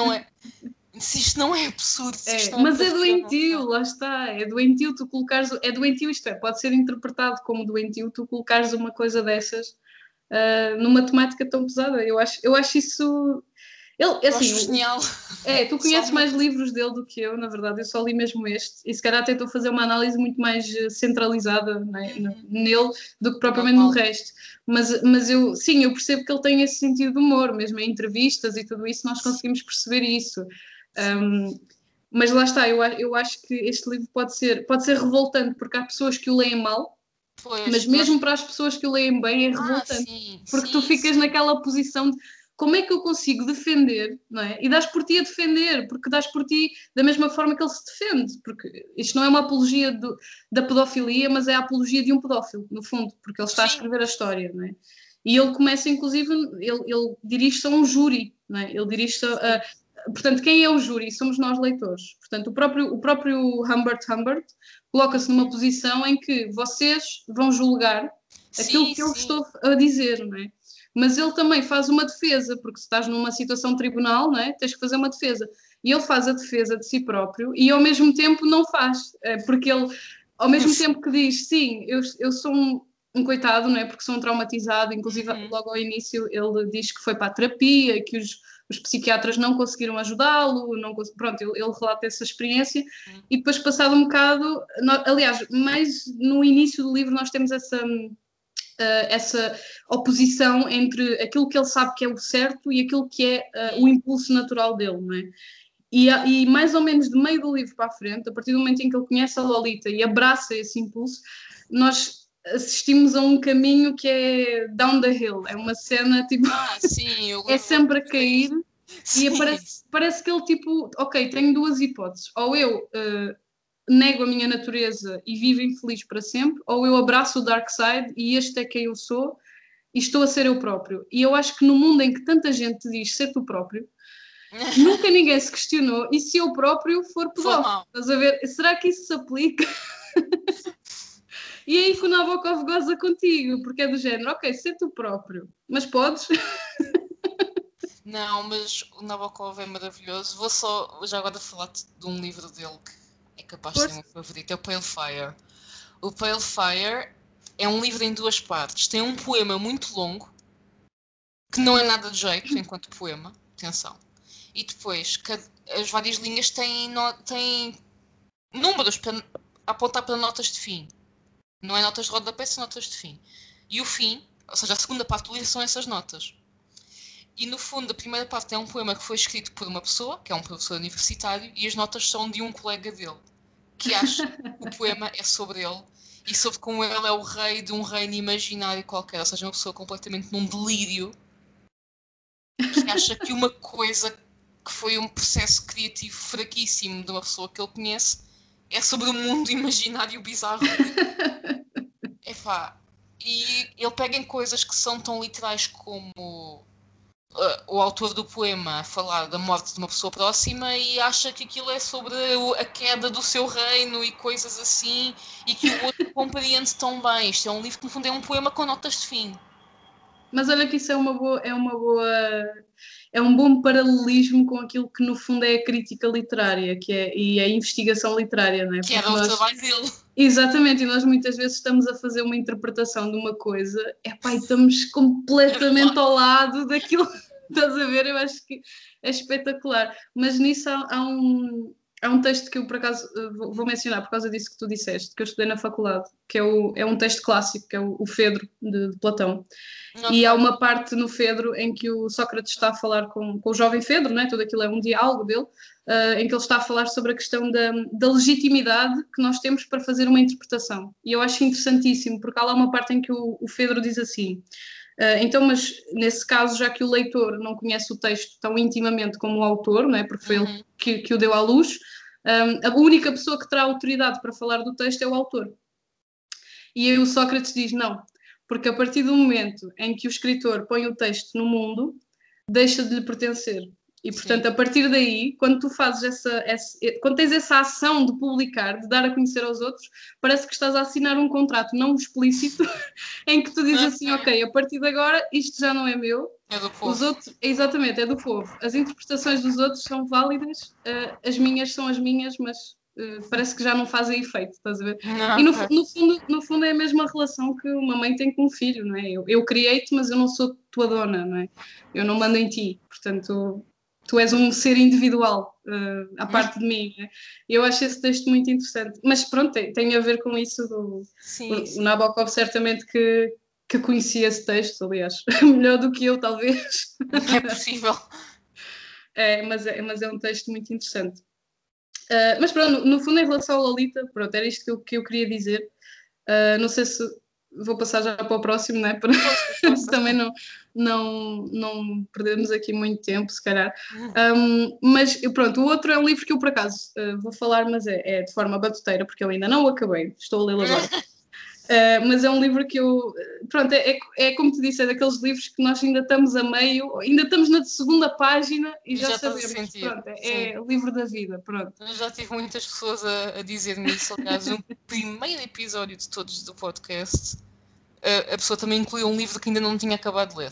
A: não é absurdo,
B: mas é doentio, lá está, é doentio tu colocares, é doentio, isto é, pode ser interpretado como doentio tu colocares uma coisa dessas numa temática tão pesada. Eu acho isso. Ele, assim,
A: acho genial.
B: Tu conheces mais livros dele do que eu, na verdade, eu só li mesmo este, e se calhar até estou a fazer uma análise muito mais centralizada, né, nele do que propriamente no resto. Mas eu percebo que ele tem esse sentido de humor, mesmo em entrevistas e tudo isso, nós conseguimos perceber isso. Mas lá está, eu acho que este livro pode ser revoltante, porque há pessoas que o leem mal, mas mesmo para as pessoas que o leem bem é revoltante, porque tu ficas naquela posição de como é que eu consigo defender, não é? E dás por ti a defender, porque dás por ti da mesma forma que ele se defende, porque isto não é uma apologia da pedofilia, mas é a apologia de um pedófilo, no fundo, porque ele está a escrever a história, não é? E ele começa, inclusive, ele dirige-se a um júri, não é? Ele dirige-se a... Portanto, quem é o júri? Somos nós, leitores. Portanto, o próprio Humbert coloca-se numa posição em que vocês vão julgar aquilo que eu estou a dizer, não é? Mas ele também faz uma defesa, porque se estás numa situação de tribunal, não é? Tens que fazer uma defesa. E ele faz a defesa de si próprio e ao mesmo tempo não faz, porque ele, ao mesmo tempo que diz, sim, eu sou um coitado, não é? Porque sou um traumatizado, inclusive logo ao início ele diz que foi para a terapia, que os psiquiatras não conseguiram ajudá-lo, pronto, ele relata essa experiência e depois passado um bocado, aliás, mais no início do livro nós temos essa oposição entre aquilo que ele sabe que é o certo e aquilo que é o impulso natural dele, não é? E mais ou menos de meio do livro para a frente, a partir do momento em que ele conhece a Lolita e abraça esse impulso, nós assistimos a um caminho que é down the hill, é uma cena tipo é sempre a cair e parece que ele tipo, ok, tenho duas hipóteses, ou eu nego a minha natureza e vivo infeliz para sempre, ou eu abraço o dark side e este é quem eu sou e estou a ser eu próprio. E eu acho que no mundo em que tanta gente diz ser tu próprio, Nunca ninguém se questionou, e se eu próprio for pedófilo? Estás a ver? Será que isso se aplica? E aí que o Nabokov goza contigo, porque é do género, ok, ser tu próprio, mas podes?
A: Não, mas o Nabokov é maravilhoso. Vou só já agora falar-te de um livro dele que é capaz de ser o meu favorito, é o Pale Fire. O Pale Fire é um livro em duas partes. Tem um poema muito longo, que não é nada de jeito enquanto poema, atenção. E depois, as várias linhas têm números para apontar para notas de fim. Não é notas de rodapé, são notas de fim. E o fim, ou seja, a segunda parte do livro são essas notas. E no fundo, a primeira parte é um poema que foi escrito por uma pessoa, que é um professor universitário, e as notas são de um colega dele, que acha que o poema é sobre ele e sobre como ele é o rei de um reino imaginário qualquer, ou seja, uma pessoa completamente num delírio, que acha que uma coisa que foi um processo criativo fraquíssimo de uma pessoa que ele conhece é sobre o mundo imaginário bizarro dele. Epá, e ele pega em coisas que são tão literais como o autor do poema a falar da morte de uma pessoa próxima e acha que aquilo é sobre a queda do seu reino e coisas assim, e que o outro compreende tão bem. Isto é um livro que no fundo é um poema com notas de fim.
B: Mas olha que isso é um bom paralelismo com aquilo que no fundo é a crítica literária, e a investigação literária, não é?
A: Que era o trabalho dele.
B: Exatamente, e nós muitas vezes estamos a fazer uma interpretação de uma coisa, e estamos completamente ao lado daquilo, estás a ver? Eu acho que é espetacular. Mas nisso há um texto que eu por acaso vou mencionar por causa disso que tu disseste, que eu estudei na faculdade, que é um texto clássico, que é o Fedro, de Platão.
A: Okay.
B: E há uma parte no Fedro em que o Sócrates está a falar com o jovem Fedro, né? Tudo aquilo é um diálogo dele, em que ele está a falar sobre a questão da legitimidade que nós temos para fazer uma interpretação. E eu acho interessantíssimo, porque há lá uma parte em que o Fedro diz assim: então, mas nesse caso, já que o leitor não conhece o texto tão intimamente como o autor, não é? Porque foi ele que o deu à luz, a única pessoa que terá autoridade para falar do texto é o autor. E aí o Sócrates diz: não, porque a partir do momento em que o escritor põe o texto no mundo, deixa de lhe pertencer. E, portanto, sim, a partir daí, quando tu fazes quando tens essa ação de publicar, de dar a conhecer aos outros, parece que estás a assinar um contrato não explícito em que tu dizes assim, ok, a partir de agora isto já não é meu.
A: É do povo.
B: Os outros, exatamente, é do povo. As interpretações dos outros são válidas, as minhas são as minhas, mas parece que já não fazem efeito, estás a ver? Não, e no fundo é a mesma relação que uma mãe tem com um filho, não é? Eu criei-te, mas eu não sou tua dona, não é? Eu não mando em ti, portanto, tu és um ser individual à parte de mim. Né? Eu acho esse texto muito interessante. Mas pronto, tem a ver com isso. O Nabokov certamente que conhecia esse texto, aliás, melhor do que eu, talvez.
A: É possível.
B: Mas é um texto muito interessante. Mas pronto, no fundo, em relação ao Lolita, pronto, era isto que eu queria dizer. Não sei se vou passar já para o próximo, né? Para também não perdermos aqui muito tempo, se calhar. Mas pronto, o outro é um livro que eu por acaso vou falar, mas é de forma batuteira, porque eu ainda não o acabei, estou a lê-lo agora. Mas é um livro que eu. Pronto, é como te disse, é daqueles livros que nós ainda estamos a meio, ainda estamos na segunda página e já sabemos. Pronto, é o livro da vida. Pronto.
A: Eu já tive muitas pessoas a dizer-me isso. Aliás, no primeiro episódio de todos do podcast, a pessoa também incluiu um livro que ainda não tinha acabado de ler.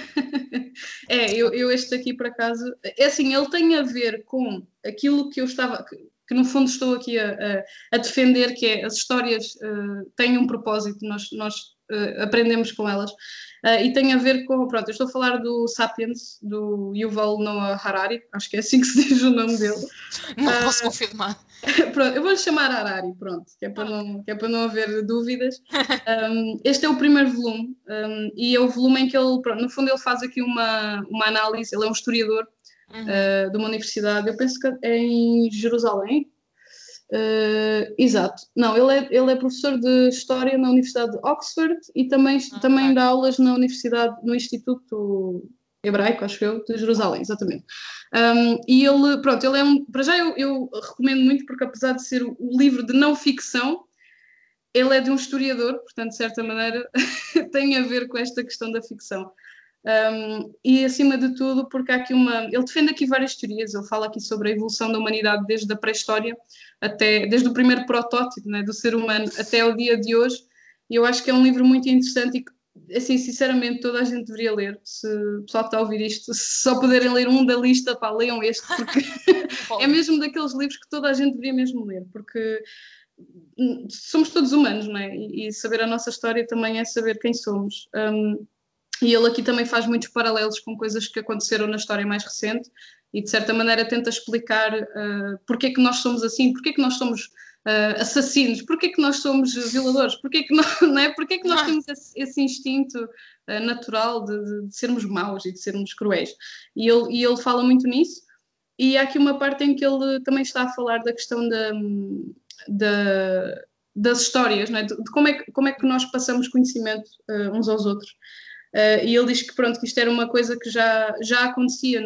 B: Eu este aqui por acaso. É assim, ele tem a ver com aquilo que eu estava. Que no fundo estou aqui a defender, que é as histórias têm um propósito, nós aprendemos com elas, e tem a ver com, pronto, eu estou a falar do Sapiens, do Yuval Noah Harari, acho que é assim que se diz o nome dele.
A: Não posso confirmar.
B: Pronto, eu vou-lhe chamar Harari, pronto, que é para não haver dúvidas. Este é o primeiro volume, e é o volume em que ele, pronto, no fundo ele faz aqui uma análise, ele é um historiador, de uma universidade, eu penso que é em Jerusalém. Exato. Não, ele é professor de História na Universidade de Oxford e também dá aulas na Universidade, no Instituto Hebraico, acho eu, de Jerusalém, exatamente. E ele, pronto, ele é para já eu recomendo muito, porque apesar de ser o livro de não ficção, ele é de um historiador, portanto, de certa maneira, tem a ver com esta questão da ficção. E acima de tudo, porque há aqui ele defende aqui várias teorias, ele fala aqui sobre a evolução da humanidade desde a pré-história, desde o primeiro protótipo, né, do ser humano até o dia de hoje, e eu acho que é um livro muito interessante e que, assim, sinceramente, toda a gente deveria ler. Se o pessoal que está a ouvir isto, se só puderem ler um da lista, pá, leiam este, porque é mesmo daqueles livros que toda a gente deveria mesmo ler, porque somos todos humanos, não é? E saber a nossa história também é saber quem somos. E ele aqui também faz muitos paralelos com coisas que aconteceram na história mais recente e, de certa maneira, tenta explicar porque é que nós somos assim, porque é que nós somos assassinos, porque é que nós somos violadores, porque é que, não é? Porque é que nós temos esse instinto natural de sermos maus e de sermos cruéis. E ele fala muito nisso. E há aqui uma parte em que ele também está a falar da questão das histórias, não é? De como é que nós passamos conhecimento uns aos outros. E ele diz que, pronto, que isto era uma coisa que já acontecia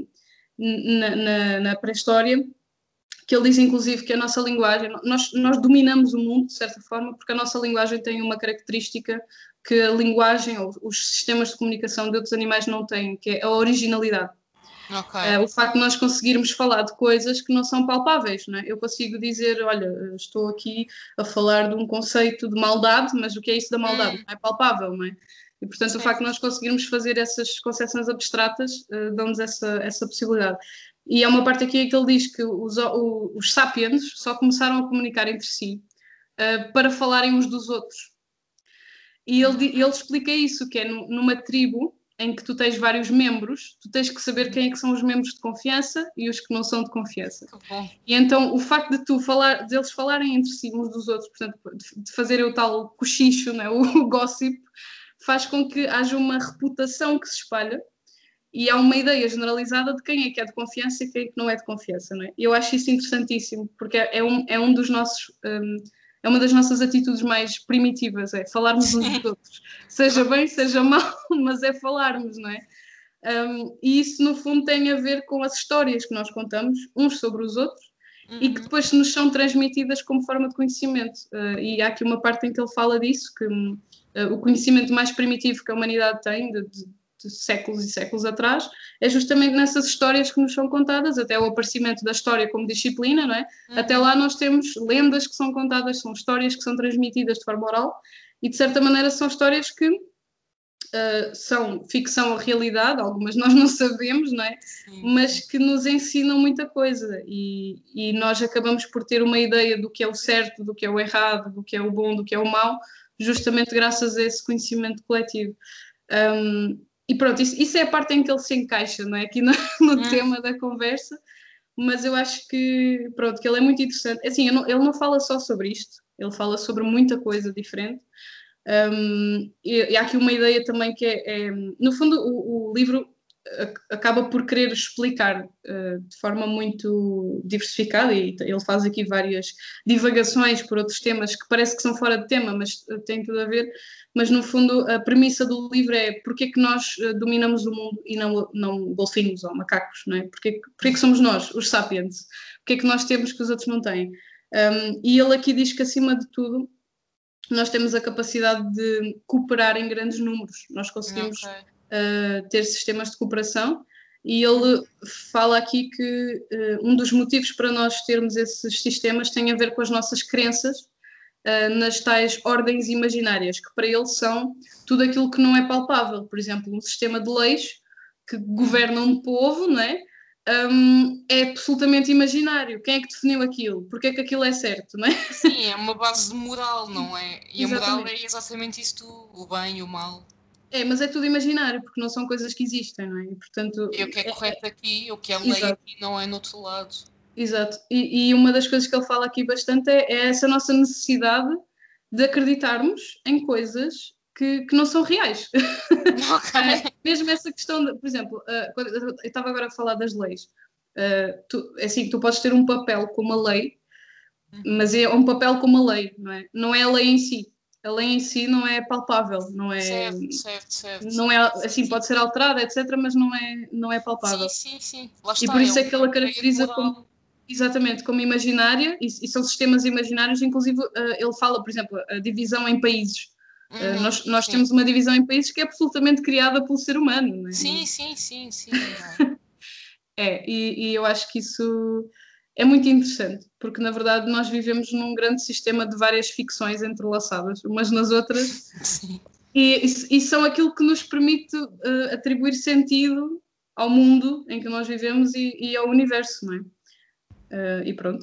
B: na pré-história, que ele diz inclusive que a nossa linguagem, nós dominamos o mundo de certa forma, porque a nossa linguagem tem uma característica que a linguagem ou os sistemas de comunicação de outros animais não têm, que é a originalidade.
A: Okay.
B: O facto de nós conseguirmos falar de coisas que não são palpáveis, não é? Eu consigo dizer, olha, estou aqui a falar de um conceito de maldade, mas o que é isso da maldade? Não é palpável, não é? E, portanto, o facto de nós conseguirmos fazer essas concepções abstratas dão-nos essa possibilidade. E há uma parte aqui que ele diz que os sapiens só começaram a comunicar entre si para falarem uns dos outros. E ele explica isso, que é numa tribo em que tu tens vários membros, tu tens que saber quem é que são os membros de confiança e os que não são de confiança. E então o facto de eles falarem entre si uns dos outros, portanto, de fazer o tal cochicho, né, o gossip, faz com que haja uma reputação que se espalha e há uma ideia generalizada de quem é de confiança e quem é que não é de confiança, não é? Eu acho isso interessantíssimo, porque é um dos nossos... é uma das nossas atitudes mais primitivas, é falarmos uns dos outros. Seja bem, seja mal, mas é falarmos, não é? E isso, no fundo, tem a ver com as histórias que nós contamos uns sobre os outros e que depois nos são transmitidas como forma de conhecimento. E há aqui uma parte em que ele fala disso, que o conhecimento mais primitivo que a humanidade tem, de séculos e séculos atrás, é justamente nessas histórias que nos são contadas, até o aparecimento da história como disciplina, não é? Até lá nós temos lendas que são contadas, são histórias que são transmitidas de forma oral e, de certa maneira, são histórias que são ficção ou realidade, algumas nós não sabemos, não é? Sim. Mas que nos ensinam muita coisa e nós acabamos por ter uma ideia do que é o certo, do que é o errado, do que é o bom, do que é o mau, justamente graças a esse conhecimento coletivo. E pronto, isso é a parte em que ele se encaixa, não é? Aqui no tema da conversa, mas eu acho que, pronto, que ele é muito interessante. Assim, ele não fala só sobre isto, ele fala sobre muita coisa diferente. E há aqui uma ideia também que no fundo, o livro acaba por querer explicar de forma muito diversificada, e ele faz aqui várias divagações por outros temas que parece que são fora de tema, mas têm tudo a ver. Mas no fundo a premissa do livro é porque é que nós dominamos o mundo e não golfinhos ou macacos, não é? Porque é que somos nós, os sapiens? Porque é que nós temos que os outros não têm? E ele aqui diz que acima de tudo nós temos a capacidade de cooperar em grandes números, nós conseguimos ter sistemas de cooperação e ele fala aqui que um dos motivos para nós termos esses sistemas tem a ver com as nossas crenças nas tais ordens imaginárias, que para ele são tudo aquilo que não é palpável, por exemplo, um sistema de leis que governa um povo, não é? É absolutamente imaginário. Quem é que definiu aquilo? Porquê é que aquilo é certo, não é?
A: Sim, é uma base de moral, não é? E exatamente. A moral é exatamente isso, o bem e o mal.
B: Mas é tudo imaginário, porque não são coisas que existem, não é? E, portanto,
A: o que é correto aqui, o que é lei aqui não é no outro lado.
B: Exato. E uma das coisas que ele fala aqui bastante é essa nossa necessidade de acreditarmos em coisas que não são reais.
A: Okay.
B: Mesmo essa questão, por exemplo, eu estava agora a falar das leis. Tu podes ter um papel com uma lei, mas é um papel com uma lei, não é? Não é a lei em si. A lei em si não é palpável, não é...
A: Certo.
B: Não é, assim, pode ser alterada, etc., mas não é palpável.
A: Sim. Lá está,
B: e por isso é que ela caracteriza como... Exatamente, como imaginária, e são sistemas imaginários, inclusive ele fala, por exemplo, a divisão em países. Nós temos uma divisão em países que é absolutamente criada pelo ser humano, não é?
A: Sim.
B: E eu acho que isso é muito interessante, porque na verdade nós vivemos num grande sistema de várias ficções entrelaçadas, umas nas outras,
A: Sim.
B: e são aquilo que nos permite atribuir sentido ao mundo em que nós vivemos e ao universo, não é? E pronto.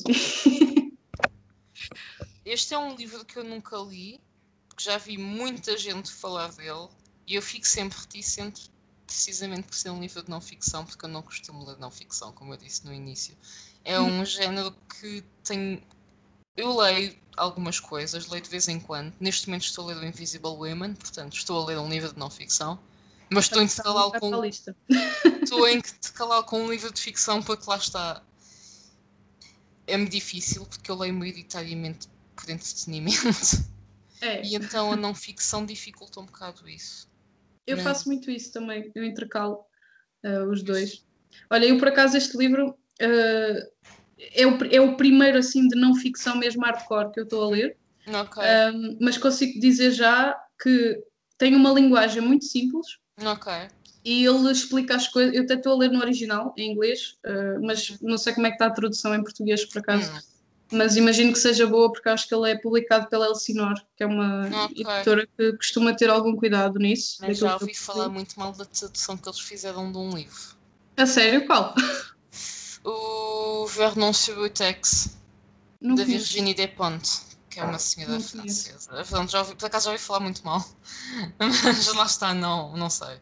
A: Este é um livro que eu nunca li, porque já vi muita gente falar dele, e eu fico sempre reticente, precisamente por ser um livro de não ficção, porque eu não costumo ler não ficção, como eu disse no início. É um género que tem. Eu leio algumas coisas, leio de vez em quando. Neste momento estou a ler o Invisible Women, portanto estou a ler um livro de não ficção, mas estou a intercalá-lo com. Estou a intercalá-lo com um livro de ficção, porque lá está. É-me difícil, porque eu leio maioritariamente por entretenimento. E então a não ficção dificulta um bocado isso.
B: Eu faço muito isso também, eu intercalo os dois. Olha, eu por acaso este livro é o primeiro assim de não ficção mesmo hardcore que eu estou a ler.
A: Ok.
B: Mas consigo dizer já que tem uma linguagem muito simples.
A: Ok.
B: E ele explica as coisas. Eu até estou a ler no original, em inglês, mas não sei como é que está a tradução em português, por acaso. Mas imagino que seja boa, porque acho que ele é publicado pela Elsinore, que é uma editora que costuma ter algum cuidado nisso.
A: Mas já ouvi falar muito mal da tradução que eles fizeram de um livro.
B: A sério? Qual?
A: O Vernon sur Tex, da Virginie Despentes, que é uma senhora francesa. Pronto, por acaso já ouvi falar muito mal. Mas lá está, não sei.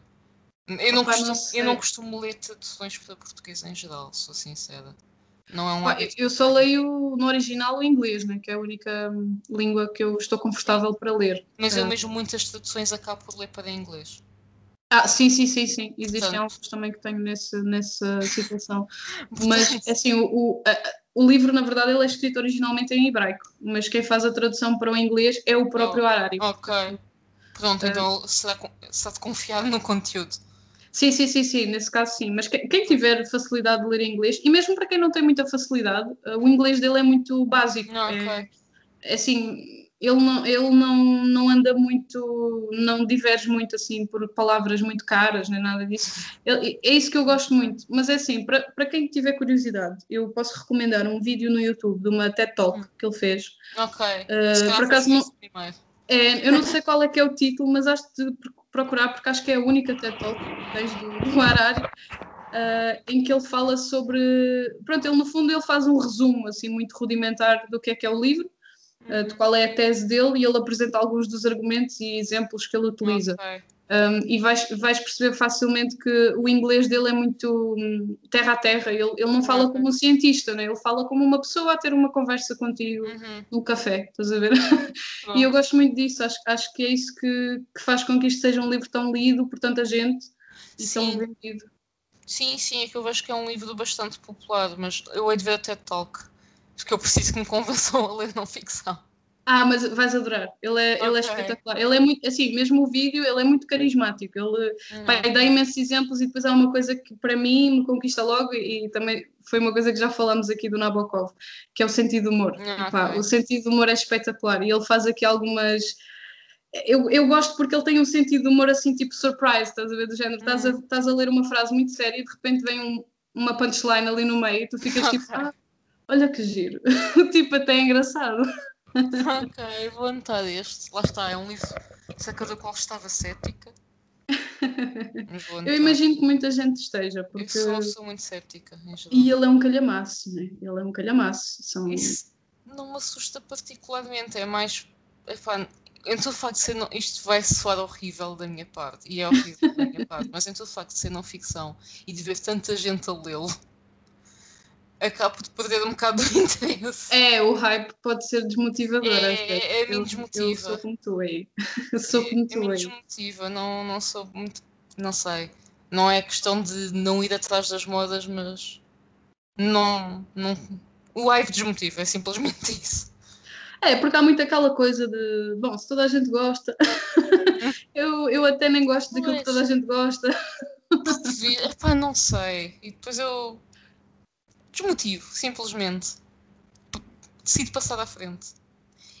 A: Eu não costumo ler traduções para português em geral, sou sincera. Não é um hábito.
B: Eu só leio no original o inglês, né, que é a única língua que eu estou confortável para ler.
A: Mas eu mesmo muitas traduções acabo por ler para inglês.
B: Sim. Existem alguns também que tenho nessa situação. Mas, assim, o livro, na verdade, ele é escrito originalmente em hebraico, mas quem faz a tradução para o inglês é o próprio Harari.
A: Ok. Pronto, então será de confiar no conteúdo.
B: Sim, nesse caso sim. Mas quem tiver facilidade de ler inglês, e mesmo para quem não tem muita facilidade, o inglês dele é muito básico. Assim, ele não anda muito, não diverge muito assim por palavras muito caras, nem nada disso. É isso que eu gosto muito. Mas é assim, para quem tiver curiosidade, eu posso recomendar um vídeo no YouTube de uma TED Talk que ele fez.
A: Ok.
B: Por acaso eu não sei qual é que é o título, mas acho de procurar, porque acho que é a única TED Talk que tens do Harari, em que ele fala sobre. Pronto, ele no fundo ele faz um resumo assim muito rudimentar do que é o livro, de qual é a tese dele, e ele apresenta alguns dos argumentos e exemplos que ele utiliza. E vais perceber facilmente que o inglês dele é muito terra a terra. Ele não fala como um cientista, né? Ele fala como uma pessoa a ter uma conversa contigo num café, estás a ver? E eu gosto muito disso. Acho que é isso que faz com que isto seja um livro tão lido por tanta gente e tão vendido.
A: Sim, é que eu vejo que é um livro bastante popular, mas eu hei de ver a TED Talk, porque eu preciso que me convençam a ler não ficção.
B: Mas vais adorar. Ele é espetacular. Ele é muito, assim, mesmo o vídeo, ele é muito carismático. Ele dá imensos exemplos e depois há uma coisa que para mim me conquista logo e também foi uma coisa que já falamos aqui do Nabokov, que é o sentido do humor. O sentido do humor é espetacular e ele faz aqui algumas... Eu gosto porque ele tem um sentido de humor assim, tipo surprise, estás a ver? Do género, estás a ler uma frase muito séria e de repente vem uma punchline ali no meio e tu ficas tipo, olha que giro. Tipo, até é engraçado.
A: Ok, vou anotar este. Lá está, é um livro acerca do qual estava cética.
B: Eu imagino que muita gente esteja, porque...
A: Eu sou muito cética, em geral.
B: E ele é um calhamaço, né? Ele é um calhamaço.
A: Isso não me assusta particularmente, é mais... Em todo o facto de ser... Isto vai soar horrível da minha parte, e é horrível da minha parte, mas em todo o facto de ser não ficção e de ver tanta gente a lê-lo, acabo de perder um bocado do interesse.
B: O hype pode ser desmotivador.
A: Me desmotiva.
B: Eu sou como tu aí. Me
A: desmotiva, não sou muito... Não sei. Não é questão de não ir atrás das modas, mas... Não... O hype desmotiva, é simplesmente isso.
B: Porque há muito aquela coisa de... Bom, se toda a gente gosta... eu até nem gosto daquilo que toda a gente gosta.
A: Não sei. E depois eu... Desmotivo, simplesmente. Decido passar à frente.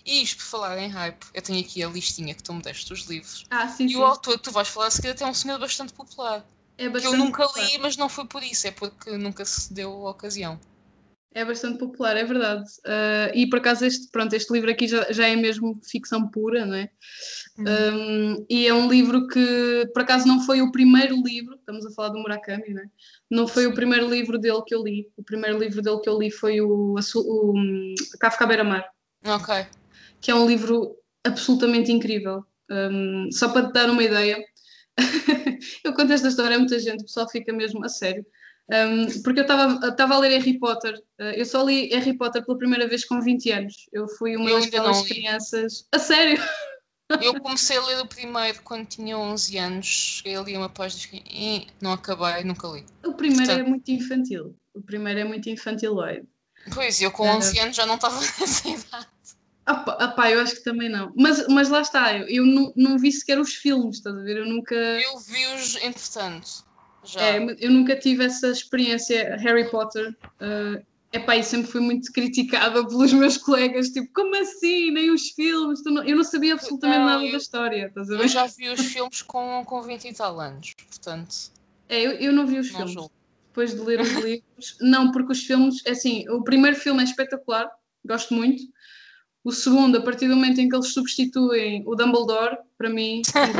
A: E isto, por falar em hype, eu tenho aqui a listinha que tu me deste dos livros.
B: Sim,
A: e
B: sim.
A: O autor que tu vais falar a seguir até é um senhor bastante popular.
B: É
A: Que eu
B: bastante
A: nunca
B: popular.
A: li, mas não foi por isso, é porque nunca se deu a ocasião.
B: É bastante popular, é verdade. E por acaso este livro aqui já é mesmo ficção pura, não é? E é um livro que, por acaso, não foi o primeiro livro, estamos a falar do Murakami, não é? Não foi o primeiro livro dele que eu li. O primeiro livro dele que eu li foi o Kafka à Beira-Mar,
A: Ok.
B: que é um livro absolutamente incrível. Só para te dar uma ideia, eu conto esta história a muita gente, o pessoal fica mesmo a sério. Porque eu estava a ler Harry Potter. Eu só li Harry Potter pela primeira vez com 20 anos. Eu fui uma
A: Eu ainda
B: daquelas
A: não li.
B: crianças. A sério!
A: Eu comecei a ler o primeiro quando tinha 11 anos. Cheguei ali a uma página e não acabei, nunca li.
B: O primeiro é
A: Portanto,
B: muito infantil. O primeiro é muito infantiloide.
A: pois, eu com 11 anos já não estava nessa idade.
B: Eu acho que também não. Mas lá está, eu não vi sequer os filmes, estás a ver? Eu nunca.
A: Eu vi-os entretanto, já.
B: Eu nunca tive essa experiência Harry Potter. E sempre fui muito criticada pelos meus colegas, tipo, como assim? Nem os filmes? Eu não sabia absolutamente
A: Não,
B: nada da história, estás a
A: eu
B: ver?
A: já vi os filmes com 20 e tal anos, portanto,
B: Eu não vi os
A: não
B: filmes.
A: julgo.
B: Depois de ler os livros, não, porque os filmes, assim, o primeiro filme é espetacular, gosto muito. O segundo, a partir do momento em que eles substituem o Dumbledore, para mim,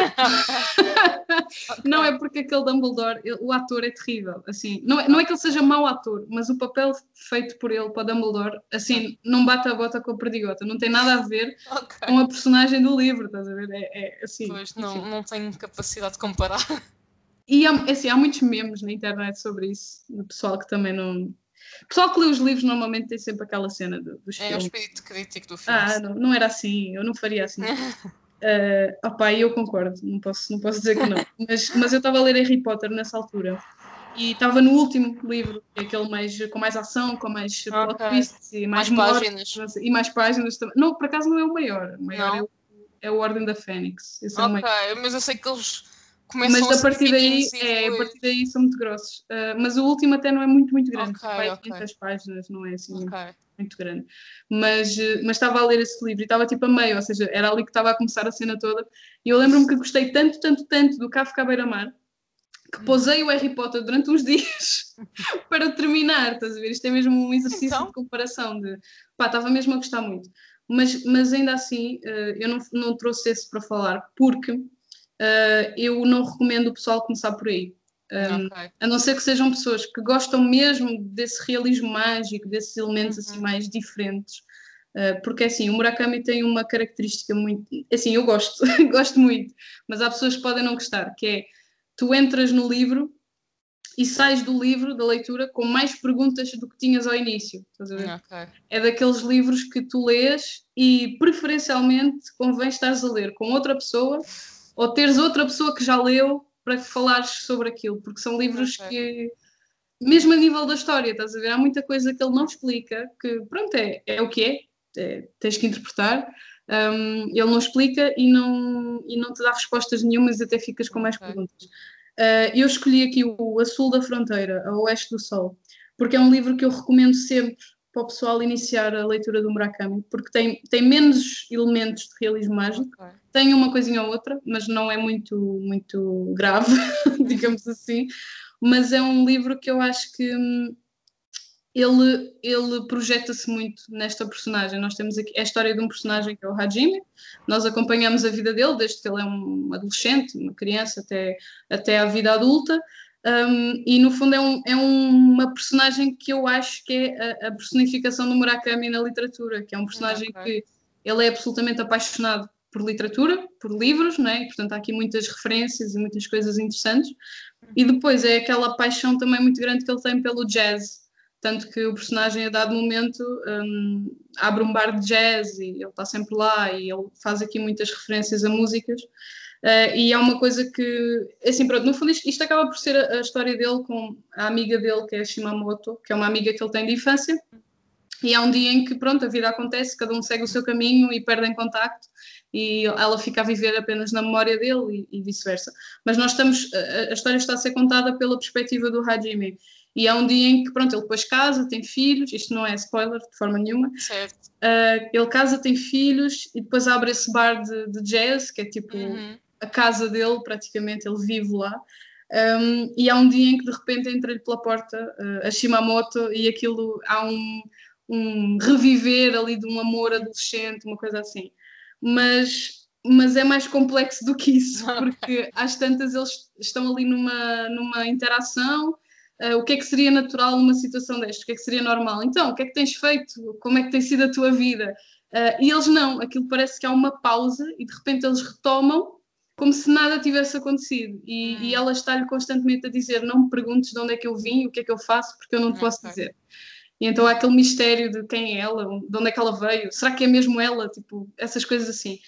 B: não
A: Ok.
B: é porque aquele Dumbledore, o ator é terrível, assim, não é que ele seja mau ator, mas o papel feito por ele para o Dumbledore, assim, não bate a bota com a perdigota, não tem nada a ver
A: Ok.
B: com a personagem do livro, estás a ver? Assim,
A: Pois,
B: enfim.
A: não tenho capacidade de comparar.
B: E há muitos memes na internet sobre isso, do pessoal que também não. O pessoal que lê os livros normalmente tem sempre aquela cena dos
A: É o
B: filmes.
A: espírito crítico do filme.
B: Não era assim, eu não faria assim. Eu concordo, não posso dizer que não. Mas eu estava a ler Harry Potter nessa altura e estava no último livro, que é aquele com mais ação, com mais plot
A: Ok.
B: twists e mais
A: Mais
B: mortes
A: páginas.
B: e mais páginas também. Não, por acaso não é o maior. O maior é
A: Não?
B: o Ordem da Fênix. Esse é o
A: Ok,
B: maior.
A: mas eu sei que eles começam
B: Mas
A: a
B: a
A: ser
B: partir daí,
A: fininhos e
B: a
A: depois.
B: partir daí são muito grossos. Mas o último até não é muito, muito grande.
A: Ok,
B: Vai
A: ok,
B: 500 páginas, não é assim
A: ok.
B: muito grande. Mas estava a ler esse livro e estava tipo a meio, ou seja, era ali que estava a começar a cena toda. E eu lembro-me que gostei tanto, tanto, tanto do Kafka à Beira-Mar que posei o Harry Potter durante uns dias para terminar, estás a ver? Isto é mesmo um exercício de
A: Então,
B: comparação de estava mesmo a gostar muito. Mas ainda assim, eu não trouxe esse para falar porque eu não recomendo o pessoal começar por aí.
A: ok.
B: A não ser que sejam pessoas que gostam mesmo desse realismo mágico, desses elementos assim
A: Uhum.
B: mais diferentes. Porque assim, o Murakami tem uma característica muito. Assim, eu gosto, gosto muito, mas há pessoas que podem não gostar, que é tu entras no livro e sais do livro, da leitura, com mais perguntas do que tinhas ao início. Estás a ver?
A: Ok.
B: É daqueles livros que tu lês e preferencialmente convém estares a ler com outra pessoa ou teres outra pessoa que já leu para falares sobre aquilo, porque são livros
A: Ok.
B: que, mesmo a nível da história, estás a ver, há muita coisa que ele não explica, que pronto, é o que tens que interpretar. Ele não explica e não te dá respostas nenhumas, até ficas com mais
A: Ok.
B: perguntas. Eu escolhi aqui o A Sul da Fronteira, a Oeste do Sol, porque é um livro que eu recomendo sempre para o pessoal iniciar a leitura do Murakami, porque tem menos elementos de realismo mágico,
A: Ok.
B: tem uma coisinha ou outra, mas não é muito, muito grave,
A: Uhum.
B: digamos assim. Mas é um livro que eu acho que ele projeta-se muito nesta personagem. Nós temos aqui a história de um personagem que é o Hajime, nós acompanhamos a vida dele desde que ele é um adolescente, uma criança, até à vida adulta. E no fundo é uma personagem que eu acho que é a personificação do Murakami na literatura, que é um personagem
A: Ok.
B: que ele é absolutamente apaixonado por literatura, por livros, não é? E, portanto há aqui muitas referências e muitas coisas interessantes. E
A: Uhum.
B: depois é aquela paixão também muito grande que ele tem pelo jazz, tanto que o personagem a dado momento abre um bar de jazz e ele está sempre lá e ele faz aqui muitas referências a músicas. E é uma coisa que, assim, pronto, no fundo isto acaba por ser a história dele com a amiga dele, que é a Shimamoto, que é uma amiga que ele tem de infância, e há um dia em que, pronto, a vida acontece, cada um segue o seu caminho e perdem contacto, e ela fica a viver apenas na memória dele e vice-versa. Mas nós estamos, a história está a ser contada pela perspectiva do Hajime. E há um dia em que, pronto, ele depois casa, tem filhos, isto não é spoiler de forma nenhuma.
A: Certo.
B: Ele casa, tem filhos e depois abre esse bar de jazz, que é tipo a casa dele, praticamente, ele vive lá. E há um dia em que de repente entra-lhe pela porta a Shimamoto e aquilo, há um reviver ali de um amor adolescente, uma coisa assim. Mas é mais complexo do que isso, porque às tantas eles estão ali numa interação. O que é que seria natural numa situação destas? O que é que seria normal? Então, o que é que tens feito? Como é que tem sido a tua vida? E eles não, aquilo parece que há uma pausa e de repente eles retomam como se nada tivesse acontecido. E ela está-lhe constantemente a dizer: não me perguntes de onde é que eu vim, o que é que eu faço, porque eu não te posso dizer. E então há aquele mistério de quem é ela, de onde é que ela veio, será que é mesmo ela? Tipo, essas coisas assim.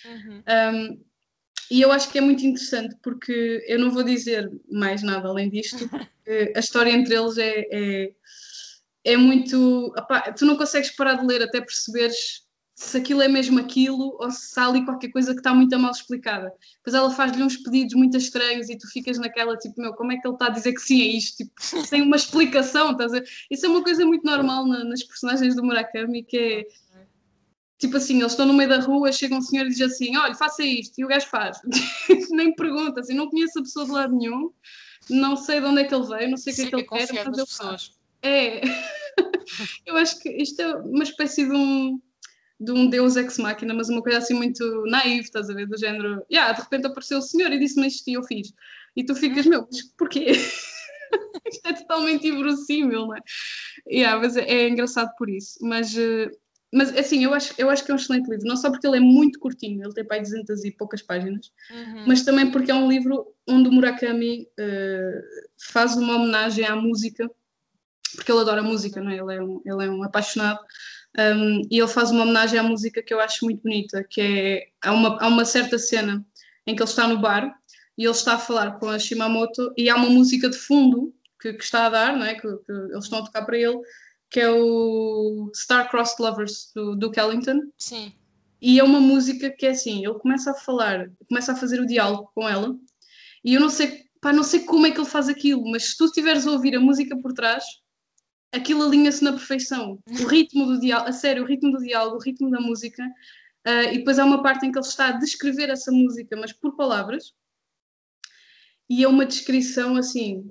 B: E eu acho que é muito interessante porque eu não vou dizer mais nada além disto. A história entre eles é muito. Opá, tu não consegues parar de ler até perceberes se aquilo é mesmo aquilo ou se há ali qualquer coisa que está muito mal explicada. Depois ela faz-lhe uns pedidos muito estranhos e tu ficas naquela tipo, meu, como é que ele está a dizer que sim a isto? Tipo, sem uma explicação, estás a ver? Isso é uma coisa muito normal nas personagens do Murakami, que é tipo assim, eles estão no meio da rua, chega um senhor e diz assim, olha, faça isto, e o gajo faz. Nem pergunta, assim, não conheço a pessoa de lado nenhum, não sei de onde é que ele veio, não sei o que é que ele quer, mas
A: nas
B: eu
A: pessoas.
B: faço. É, eu acho que isto é uma espécie de um Deus ex machina, mas uma coisa assim muito naiva, estás a ver, do género, de repente apareceu o senhor e disse-me isto e eu fiz. E tu ficas, meu, mas porquê? Isto é totalmente inverossímil, não é? Mas é engraçado por isso. Mas assim, eu acho que é um excelente livro, não só porque ele é muito curtinho, ele tem para aí 200 e poucas páginas, mas também porque é um livro onde o Murakami faz uma homenagem à música, porque ele adora música, não é? Ele é um apaixonado, e ele faz uma homenagem à música que eu acho muito bonita, que é, há uma certa cena em que ele está no bar e ele está a falar com a Shimamoto e há uma música de fundo que está a dar, não é? Que eles estão a tocar para ele, que é o Star-Crossed Lovers do Duke Ellington.
A: Sim.
B: E é uma música que é assim, ele começa a falar, começa a fazer o diálogo com ela, e eu não sei, pá, não sei como é que ele faz aquilo, mas se tu estiveres a ouvir a música por trás, aquilo alinha-se na perfeição. O ritmo do diálogo, a sério, o ritmo do diálogo, o ritmo da música, e depois há uma parte em que ele está a descrever essa música, mas por palavras, e é uma descrição assim,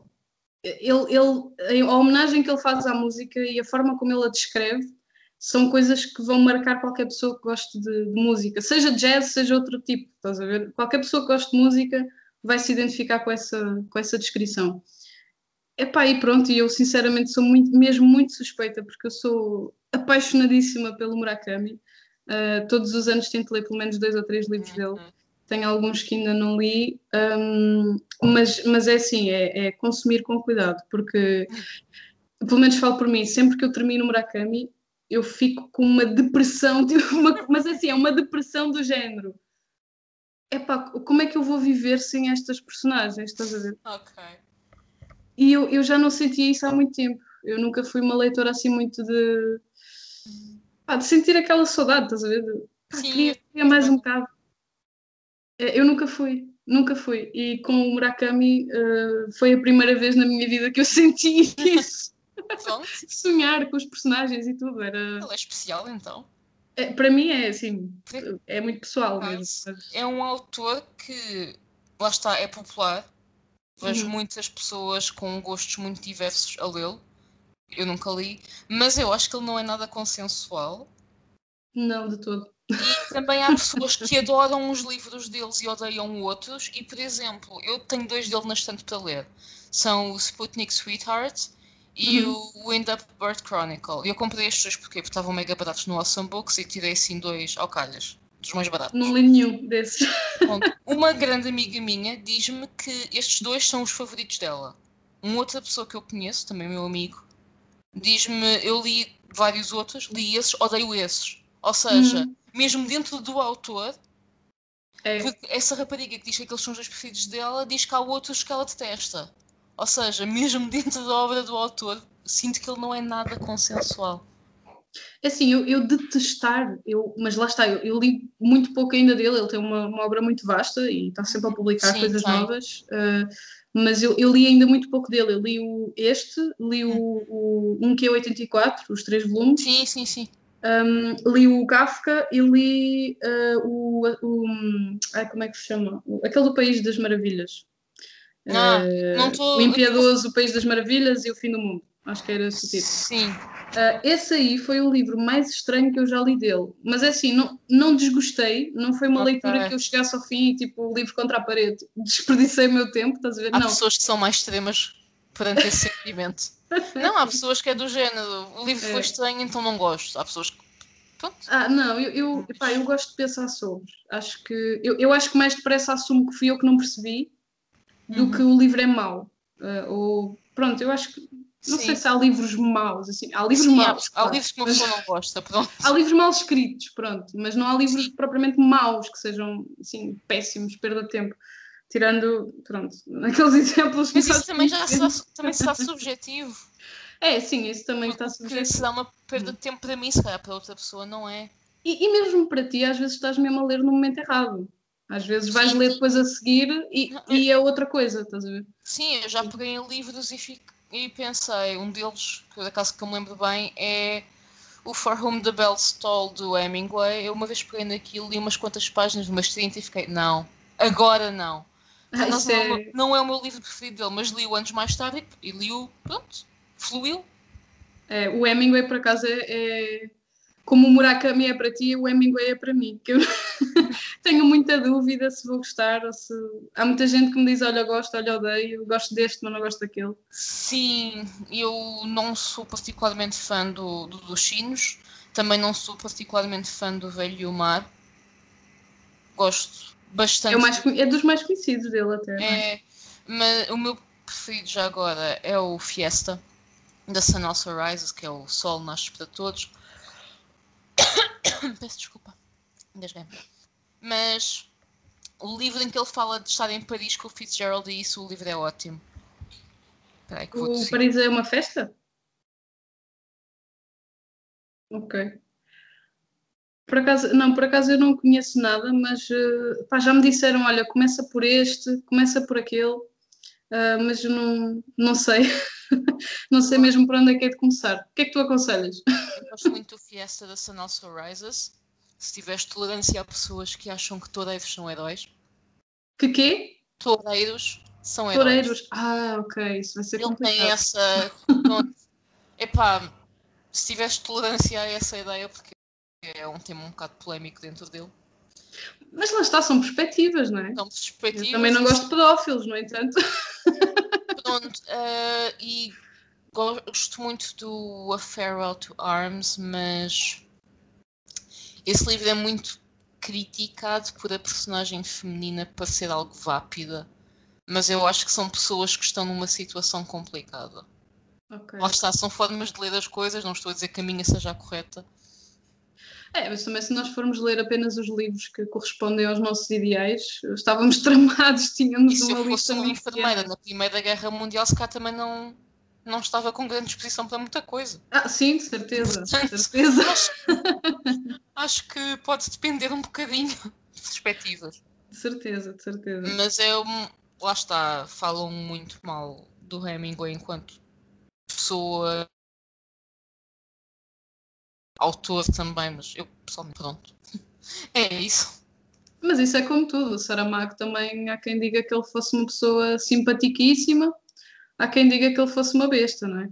B: a homenagem que ele faz à música e a forma como ele a descreve são coisas que vão marcar qualquer pessoa que goste de música, seja jazz, seja outro tipo, estás a ver? Qualquer pessoa que goste de música vai se identificar com essa descrição. Epá, e pronto, e eu sinceramente sou mesmo muito suspeita, porque eu sou apaixonadíssima pelo Murakami. Todos os anos tento ler pelo menos 2 ou 3 livros dele. Tenho alguns que ainda não li, mas é assim, é consumir com cuidado, porque, pelo menos falo por mim, sempre que eu termino o Murakami, eu fico com uma depressão, mas assim, é uma depressão do género. Epá, como é que eu vou viver sem estas personagens, estás a ver?
A: Ok.
B: E eu já não sentia isso há muito tempo. Eu nunca fui uma leitora assim muito de sentir aquela saudade, estás a ver?
A: Sim,
B: Queria mais um bocado. Eu nunca fui. E com o Murakami foi a primeira vez na minha vida que eu senti isso.
A: pronto.
B: Sonhar com os personagens e tudo.
A: Ele é especial, então.
B: Para mim é assim, é muito pessoal mesmo.
A: É um autor que, lá está, é popular. Vejo muitas pessoas com gostos muito diversos a lê-lo. Eu nunca li, mas eu acho que ele não é nada consensual.
B: Não, de todo.
A: E também há pessoas que adoram os livros deles e odeiam outros. E, por exemplo, eu tenho 2 dele na estante para ler. São o Sputnik Sweetheart e o Wind Up Bird Chronicle. E eu comprei estes 2 porque estavam mega baratos no Awesome Books e tirei assim 2 ao calhas, dos mais baratos.
B: Não li nenhum desses.
A: Pronto. Uma grande amiga minha diz-me que estes 2 são os favoritos dela. Uma outra pessoa que eu conheço, também meu amigo, diz-me, eu li vários outros, li esses, odeio esses. Ou seja, mesmo dentro do autor, porque essa rapariga que diz que aqueles são os 2 preferidos dela, diz que há outros que ela detesta. Ou seja, mesmo dentro da obra do autor, sinto que ele não é nada consensual.
B: É assim, eu detestar, mas lá está, eu li muito pouco ainda dele, ele tem uma obra muito vasta e está sempre a publicar
A: Sim,
B: coisas
A: tem.
B: novas, mas eu li ainda muito pouco dele. Eu li li
A: Hum.
B: um que é 84, os três volumes,
A: Sim, sim, sim.
B: li o Kafka e li como é que se chama? Aquele do País das Maravilhas.
A: Não
B: O
A: estou.
B: Impiedoso, o País das Maravilhas e o Fim do Mundo. Acho que era esse o título.
A: Sim,
B: Esse aí foi o livro mais estranho que eu já li dele. Mas é assim, não desgostei, não foi uma leitura que
A: ok.
B: eu chegasse ao fim e tipo, o livro contra a parede, desperdicei o meu tempo, estás a ver?
A: Há
B: Não.
A: pessoas que são mais extremas perante esse sentimento. Não, há pessoas que é do género. O livro foi
B: É,
A: estranho, então não gosto. Há pessoas que. Pronto.
B: não, epá, eu gosto de pensar sobre. Acho que eu acho que mais depressa assumo que fui eu que não percebi do que
A: Uhum.
B: o livro é mau. Ou pronto, eu acho que não sei
A: Sim.
B: se há livros maus, assim, há livros
A: Sim,
B: maus,
A: há
B: claro,
A: livros que uma
B: mas
A: pessoa não gosta, pronto.
B: há livros mal escritos, pronto, mas não há livros
A: Sim.
B: propriamente maus que sejam assim péssimos, perda de tempo. Tirando, pronto, aqueles exemplos que
A: Mas isso
B: nós
A: também
B: conhecemos.
A: também será subjetivo.
B: É, sim, isso também está
A: Porque
B: subjetivo.
A: será uma perda de tempo para mim, se calhar para outra pessoa não é.
B: E mesmo para ti, às vezes estás mesmo a ler no momento errado. Às vezes vais
A: Sim,
B: ler depois a seguir
A: não,
B: e é outra coisa, estás a ver?
A: sim, eu já peguei em livros e pensei, um deles, por acaso que eu me lembro bem, é o For Whom the Bells Toll do Hemingway. Eu uma vez peguei naquilo, li umas quantas páginas, umas 30 e fiquei, não, agora não. Por acaso
B: Isso é,
A: não é o meu livro preferido dele, mas li-o anos mais tarde e li-o, pronto, fluiu.
B: o Hemingway, por acaso, é como o Murakami é para ti, o Hemingway é para mim. Que eu tenho muita dúvida se vou gostar ou se. Há muita gente que me diz: olha, gosto, olha, odeio, gosto deste, mas não gosto daquele.
A: Sim, eu não sou particularmente fã dos Chinos, também não sou particularmente fã do Velho e o Mar. Gosto bastante do.
B: É dos mais conhecidos dele, até, não é?
A: É, mas o meu preferido já agora é o Fiesta, da Sun Also Rises, que é o Sol Nasce para Todos. Peço desculpa, engasguei. Mas o livro em que ele fala de estar em Paris com o Fitzgerald e isso, o livro é ótimo. Espera aí que vou
B: O
A: tossir.
B: Paris é uma festa? Ok. Por acaso eu não conheço nada, mas pá, já me disseram: olha, começa por este, começa por aquele, mas eu não sei. Não sei mesmo por onde é que é de começar. O que é que tu aconselhas?
A: Eu gosto muito do Fiesta da Sun Also Rises. Se tiveres tolerância a pessoas que acham que toureiros são heróis,
B: Que quê?
A: toureiros são heróis.
B: Toureiros. Ah, ok, isso vai ser
A: Ele tem
B: complicado.
A: essa. Pronto, epá, se tiveres tolerância a essa ideia, porque é um tema um bocado polémico dentro dele,
B: Mas lá está, são perspectivas, não é?
A: são
B: Eu também
A: perspectivas
B: não
A: e
B: gosto de
A: assim,
B: pedófilos, no entanto.
A: pronto. E gosto muito do A Farewell to Arms, mas esse livro é muito criticado por a personagem feminina parecer algo vápida. Mas eu acho que são pessoas que estão numa situação complicada.
B: Ok,
A: Lá
B: ok.
A: está, são formas de ler as coisas, não estou a dizer que a minha seja a correta.
B: Mas também se nós formos ler apenas os livros que correspondem aos nossos ideais, estávamos tramados,
A: E
B: tínhamos
A: se eu
B: uma
A: fosse
B: lista
A: uma
B: muito
A: enfermeira
B: pequena.
A: na Primeira Guerra Mundial, se cá também não estava com grande disposição para muita coisa.
B: Sim, de certeza, de
A: Portanto,
B: certeza.
A: acho, acho que pode depender um bocadinho de perspectivas.
B: De certeza, de certeza.
A: Mas lá está, falam muito mal do Hemingway enquanto pessoa, autor também, mas eu pessoalmente, pronto. É isso.
B: Mas isso é como tudo. O Saramago também há quem diga que ele fosse uma pessoa simpaticíssima, há quem diga que ele fosse uma besta, não é?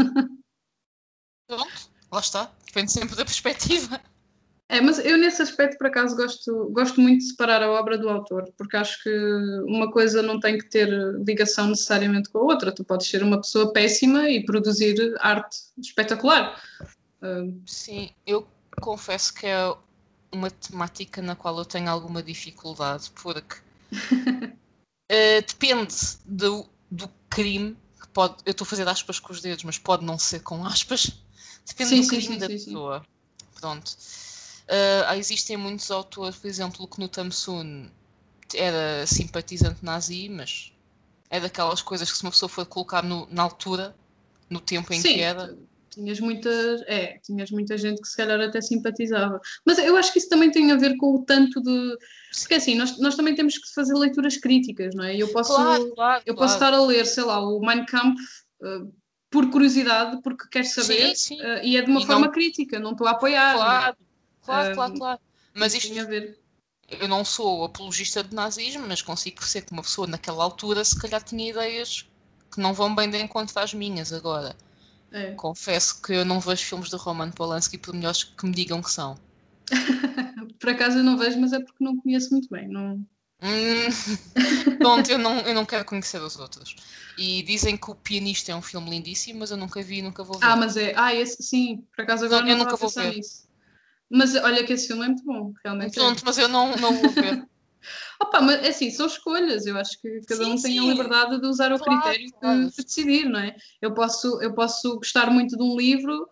A: Pronto, lá está. Depende sempre da perspectiva.
B: Mas eu nesse aspecto, por acaso, gosto muito de separar a obra do autor, porque acho que uma coisa não tem que ter ligação necessariamente com a outra. Tu podes ser uma pessoa péssima e produzir arte espetacular. Uh,
A: Sim, eu confesso que é uma temática na qual eu tenho alguma dificuldade, porque depende do crime, que pode, eu estou a fazer aspas com os dedos, mas pode não ser com aspas, depende
B: sim,
A: do
B: sim,
A: crime
B: sim,
A: da
B: sim, sim.
A: pessoa. Pronto. Existem muitos autores, por exemplo, o Knut Hamsun era simpatizante nazi, mas é daquelas coisas que se uma pessoa for colocar na altura, no tempo em que
B: Sim,
A: era,
B: tinhas muita gente que se calhar até simpatizava. Mas eu acho que isso também tem a ver com o tanto de. Porque assim, nós também temos que fazer leituras críticas, não é? Eu posso estar a ler, sei lá, o Mein Kampf por curiosidade, porque quero saber,
A: Sim.
B: e é de uma
A: E
B: forma
A: não,
B: crítica, não estou a apoiar, não é?
A: claro. Mas
B: Isso
A: isto,
B: tem a ver.
A: eu não sou apologista de nazismo, mas consigo perceber que uma pessoa naquela altura se calhar tinha ideias que não vão bem de encontro às minhas agora.
B: É.
A: Confesso que eu não vejo filmes de Roman Polanski por melhores que me digam que são.
B: Por acaso eu não vejo, mas é porque não conheço muito bem. Não...
A: Hum, pronto, eu não quero conhecer os outros. E dizem que o Pianista é um filme lindíssimo, mas eu nunca vi e nunca vou ver.
B: Mas é. Esse, sim, por acaso
A: Não,
B: agora não
A: eu
B: estava
A: nunca
B: a
A: vou
B: pensar
A: ver.
B: nisso. Mas olha que esse filme é muito bom, realmente é.
A: Pronto, mas eu não vou ver.
B: Opa, mas é assim, são escolhas. Eu acho que cada um tem a
A: Sim,
B: liberdade de usar o
A: claro,
B: critério
A: claro.
B: que decidir, não é? Eu posso gostar muito de um livro,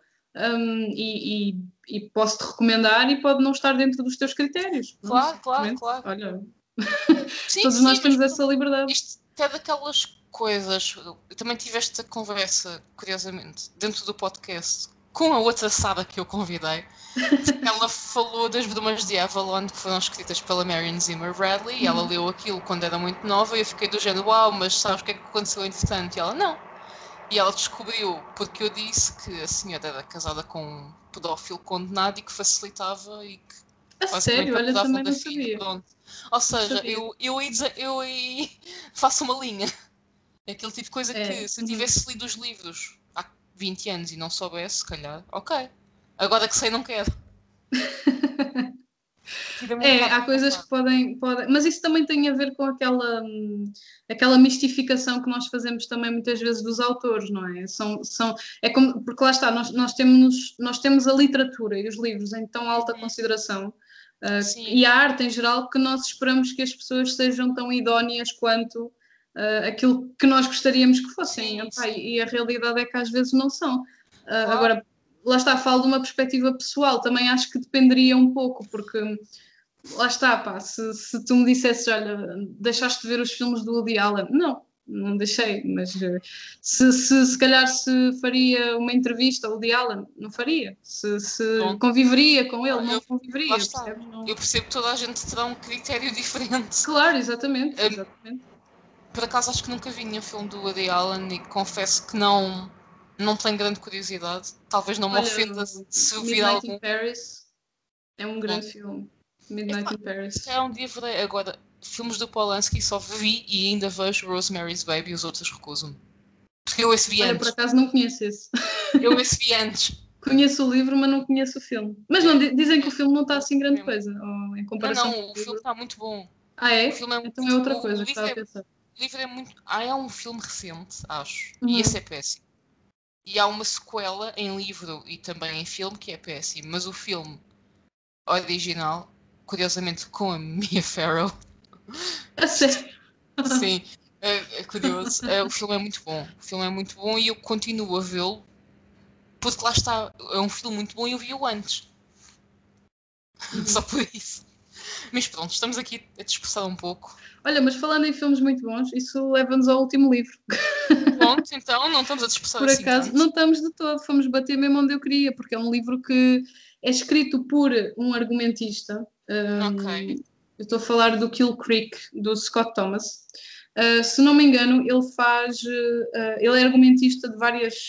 B: e posso-te recomendar e pode não estar dentro dos teus critérios. Pronto, simplesmente.
A: Claro.
B: Olha, todos
A: Sim,
B: nós
A: mas
B: temos essa liberdade.
A: isto é daquelas coisas. Eu também tive esta conversa, curiosamente, dentro do podcast com a outra Sara que eu convidei. Ela falou das Brumas de Avalon que foram escritas pela Marion Zimmer Bradley e ela leu aquilo quando era muito nova e eu fiquei do género, uau, mas sabes o que é que aconteceu entretanto? E ela, não. E ela descobriu, porque eu disse que a senhora era casada com um pedófilo condenado e que facilitava e que
B: A sério,
A: basicamente
B: olha,
A: abusavam
B: também
A: da
B: não
A: filha.
B: sabia.
A: Pronto. Ou
B: Não
A: seja,
B: sabia.
A: eu aí faço uma linha. É aquele tipo de coisa
B: É.
A: que se eu
B: Uhum.
A: tivesse lido os livros há 20 anos e não soubesse, se calhar, ok. Agora que sei, não quero. Tira-me um bocado
B: Há
A: de
B: coisas
A: vontade.
B: que podem, mas isso também tem a ver com aquela mistificação que nós fazemos também muitas vezes dos autores, não é? É como, porque lá está, nós temos a literatura e os livros em tão alta
A: Uhum.
B: consideração,
A: Sim,
B: e a arte em geral, que nós esperamos que as pessoas sejam tão idóneas quanto aquilo que nós gostaríamos que fossem. Epá,
A: sim.
B: e a realidade é que às vezes não são.
A: Claro.
B: Agora, lá está, falo de uma perspectiva pessoal, também acho que dependeria um pouco, porque lá está, pá, se tu me dissesses, olha, deixaste de ver os filmes do Woody Allen, não deixei, mas se calhar se faria uma entrevista ao Woody Allen, não faria, se
A: Pronto.
B: conviveria com ele, não
A: Lá
B: conviveria,
A: está.
B: percebes? Não...
A: Eu percebo que toda a gente terá um critério diferente.
B: Claro, exatamente,
A: Hum,
B: exatamente.
A: por acaso acho que nunca vi nenhum filme do Woody Allen e confesso que não tenho grande curiosidade. Talvez não me
B: Olha,
A: ofenda se eu vir
B: Midnight in
A: algum.
B: Paris é um
A: Bom,
B: grande filme, Midnight
A: epá,
B: in
A: se
B: Paris.
A: calhar um dia verei. Agora, filmes do Polanski só vi e ainda vejo Rosemary's Baby e os outros recuso-me. Porque eu esse vi
B: Olha, por
A: antes.
B: acaso não conheço esse.
A: Eu esse vi antes.
B: Conheço o livro, mas não conheço o filme. Mas não,
A: É,
B: dizem que o
A: é
B: filme não está
A: bom
B: assim grande
A: filme.
B: coisa, ou em comparação com
A: Não, o
B: o
A: filme
B: livro.
A: está muito bom.
B: Ah,
A: O
B: é?
A: filme é
B: Então é
A: muito.
B: outra
A: O
B: coisa que
A: livro
B: estava a
A: é,
B: pensar.
A: o livro é muito. É um filme recente, acho. E esse é
B: Uhum.
A: péssimo. E há uma sequela em livro e também em filme que é péssimo. Mas o filme original, curiosamente com a Mia Farrow,
B: A sério?
A: sim, é curioso. O filme é muito bom. O filme é muito bom e eu continuo a vê-lo porque lá está. É um filme muito bom e eu vi-o antes. Só
B: Uhum.
A: por isso. Mas pronto, estamos aqui a dispersar um pouco.
B: Olha, mas falando em filmes muito bons, isso leva-nos ao último livro.
A: Pronto, então não estamos a dispersar
B: Por
A: assim
B: acaso, não
A: tanto.
B: estamos de todo, fomos bater mesmo onde eu queria, porque é um livro que é escrito por um argumentista.
A: Ok.
B: Eu estou a falar do Kill Creek, do Scott Thomas. Se não me engano, ele é argumentista de várias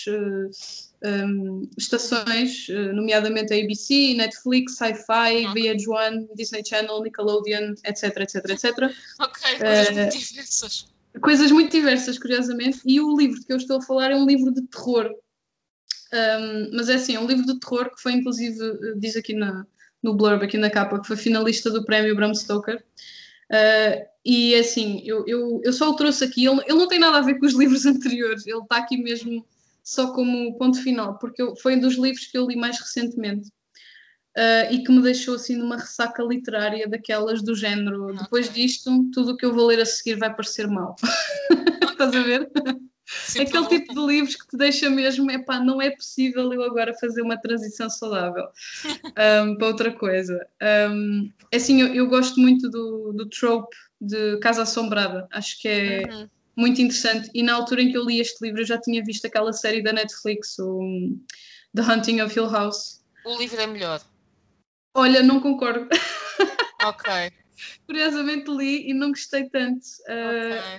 B: estações, nomeadamente a ABC, Netflix, Sci-Fi,
A: Ok.
B: VH1, Disney Channel, Nickelodeon, etc, etc, etc.
A: Ok, coisas muito diversas.
B: Coisas muito diversas, curiosamente, e o livro de que eu estou a falar é um livro de terror. Mas é assim, é um livro de terror que foi inclusive, diz aqui no blurb, aqui na capa, que foi finalista do prémio Bram Stoker. E é assim, eu só o trouxe aqui, ele não tem nada a ver com os livros anteriores, ele está aqui mesmo só como ponto final, porque foi um dos livros que eu li mais recentemente. E que me deixou assim numa ressaca literária daquelas do género. Depois
A: Ok.
B: disto, tudo o que eu vou ler a seguir vai parecer mal. Estás a ver?
A: Sinto a
B: Aquele tipo
A: vontade.
B: de livros que te deixa mesmo, epá, não é possível eu agora fazer uma transição saudável para outra coisa. É assim, eu gosto muito do trope de Casa Assombrada, acho que é
A: Uhum.
B: muito interessante. E na altura em que eu li este livro, eu já tinha visto aquela série da Netflix, The Haunting of Hill House.
A: O livro é melhor.
B: Olha, não concordo.
A: Ok.
B: Curiosamente li e não gostei tanto.
A: Ok.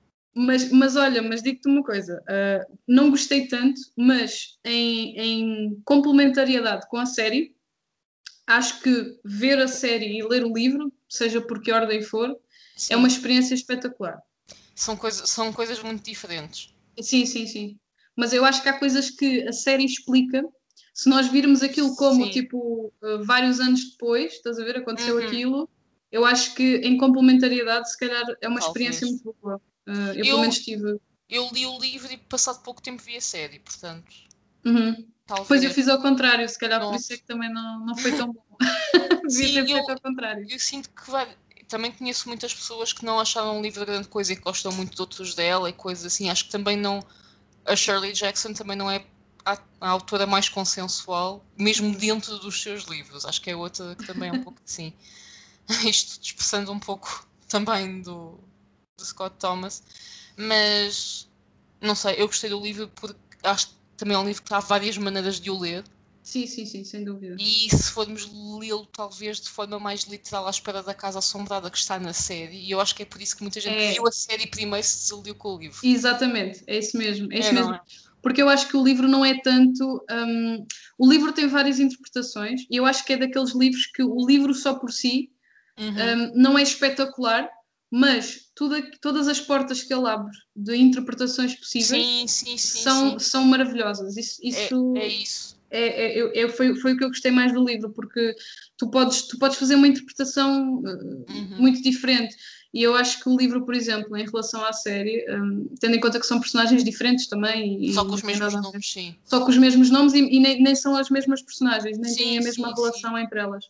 B: Mas olha, mas digo-te uma coisa, não gostei tanto, mas em complementariedade com a série, acho que ver a série e ler o livro, seja por que ordem for, é uma
A: Sim.
B: experiência espetacular.
A: São coisas muito diferentes.
B: Sim, sim, sim. Mas eu acho que há coisas que a série explica. Se nós virmos aquilo como,
A: Sim.
B: tipo, vários anos depois, estás a ver, aconteceu
A: Uhum.
B: aquilo, eu acho que em complementariedade, se calhar, é uma experiência
A: Talvez.
B: muito boa. Eu, pelo
A: Eu,
B: menos, tive.
A: eu li o livro e passado pouco tempo vi a série, portanto,
B: Uhum. Pois eu
A: talvez.
B: fiz ao contrário, se calhar por isso é
A: Pronto.
B: que também não foi tão bom. Devia
A: Sim,
B: ter feito ao contrário.
A: eu sinto que também conheço muitas pessoas que não acharam o livro grande coisa e que gostam muito de outros dela e coisas assim. Acho que também não. A Shirley Jackson também não é a autora mais consensual, mesmo dentro dos seus livros. Acho que é outra que também é um pouco assim. Isto expressando um pouco também do Scott Thomas. Mas não sei, eu gostei do livro porque acho que também é um livro que há várias maneiras de o ler.
B: Sim, sim, sim, sem dúvida.
A: E se formos lê-lo talvez de forma mais literal à espera da Casa Assombrada que está na série, e eu acho que é por isso que muita gente que viu
B: É,
A: a série primeiro se desiludiu com o livro.
B: exatamente, é isso mesmo, é
A: É,
B: isso
A: não
B: mesmo.
A: é?
B: Porque eu acho que o livro não é tanto. O livro tem várias interpretações, e eu acho que é daqueles livros que o livro só por si
A: Uhum.
B: não é espetacular, mas todas as portas que ele abre de interpretações possíveis
A: Sim, sim, sim,
B: são,
A: sim.
B: são maravilhosas. Isso,
A: É
B: isso
A: isso.
B: foi o que eu gostei mais do livro, porque tu podes fazer uma interpretação
A: Uhum.
B: muito diferente. E eu acho que o livro, por exemplo, em relação à série, tendo em conta que são personagens diferentes também
A: Só
B: e
A: com
B: não
A: os
B: tem
A: mesmos
B: nada a ver,
A: nomes, sim.
B: só com os mesmos nomes e nem são as mesmas personagens, nem têm
A: Sim,
B: a mesma
A: sim, sim.
B: relação entre elas.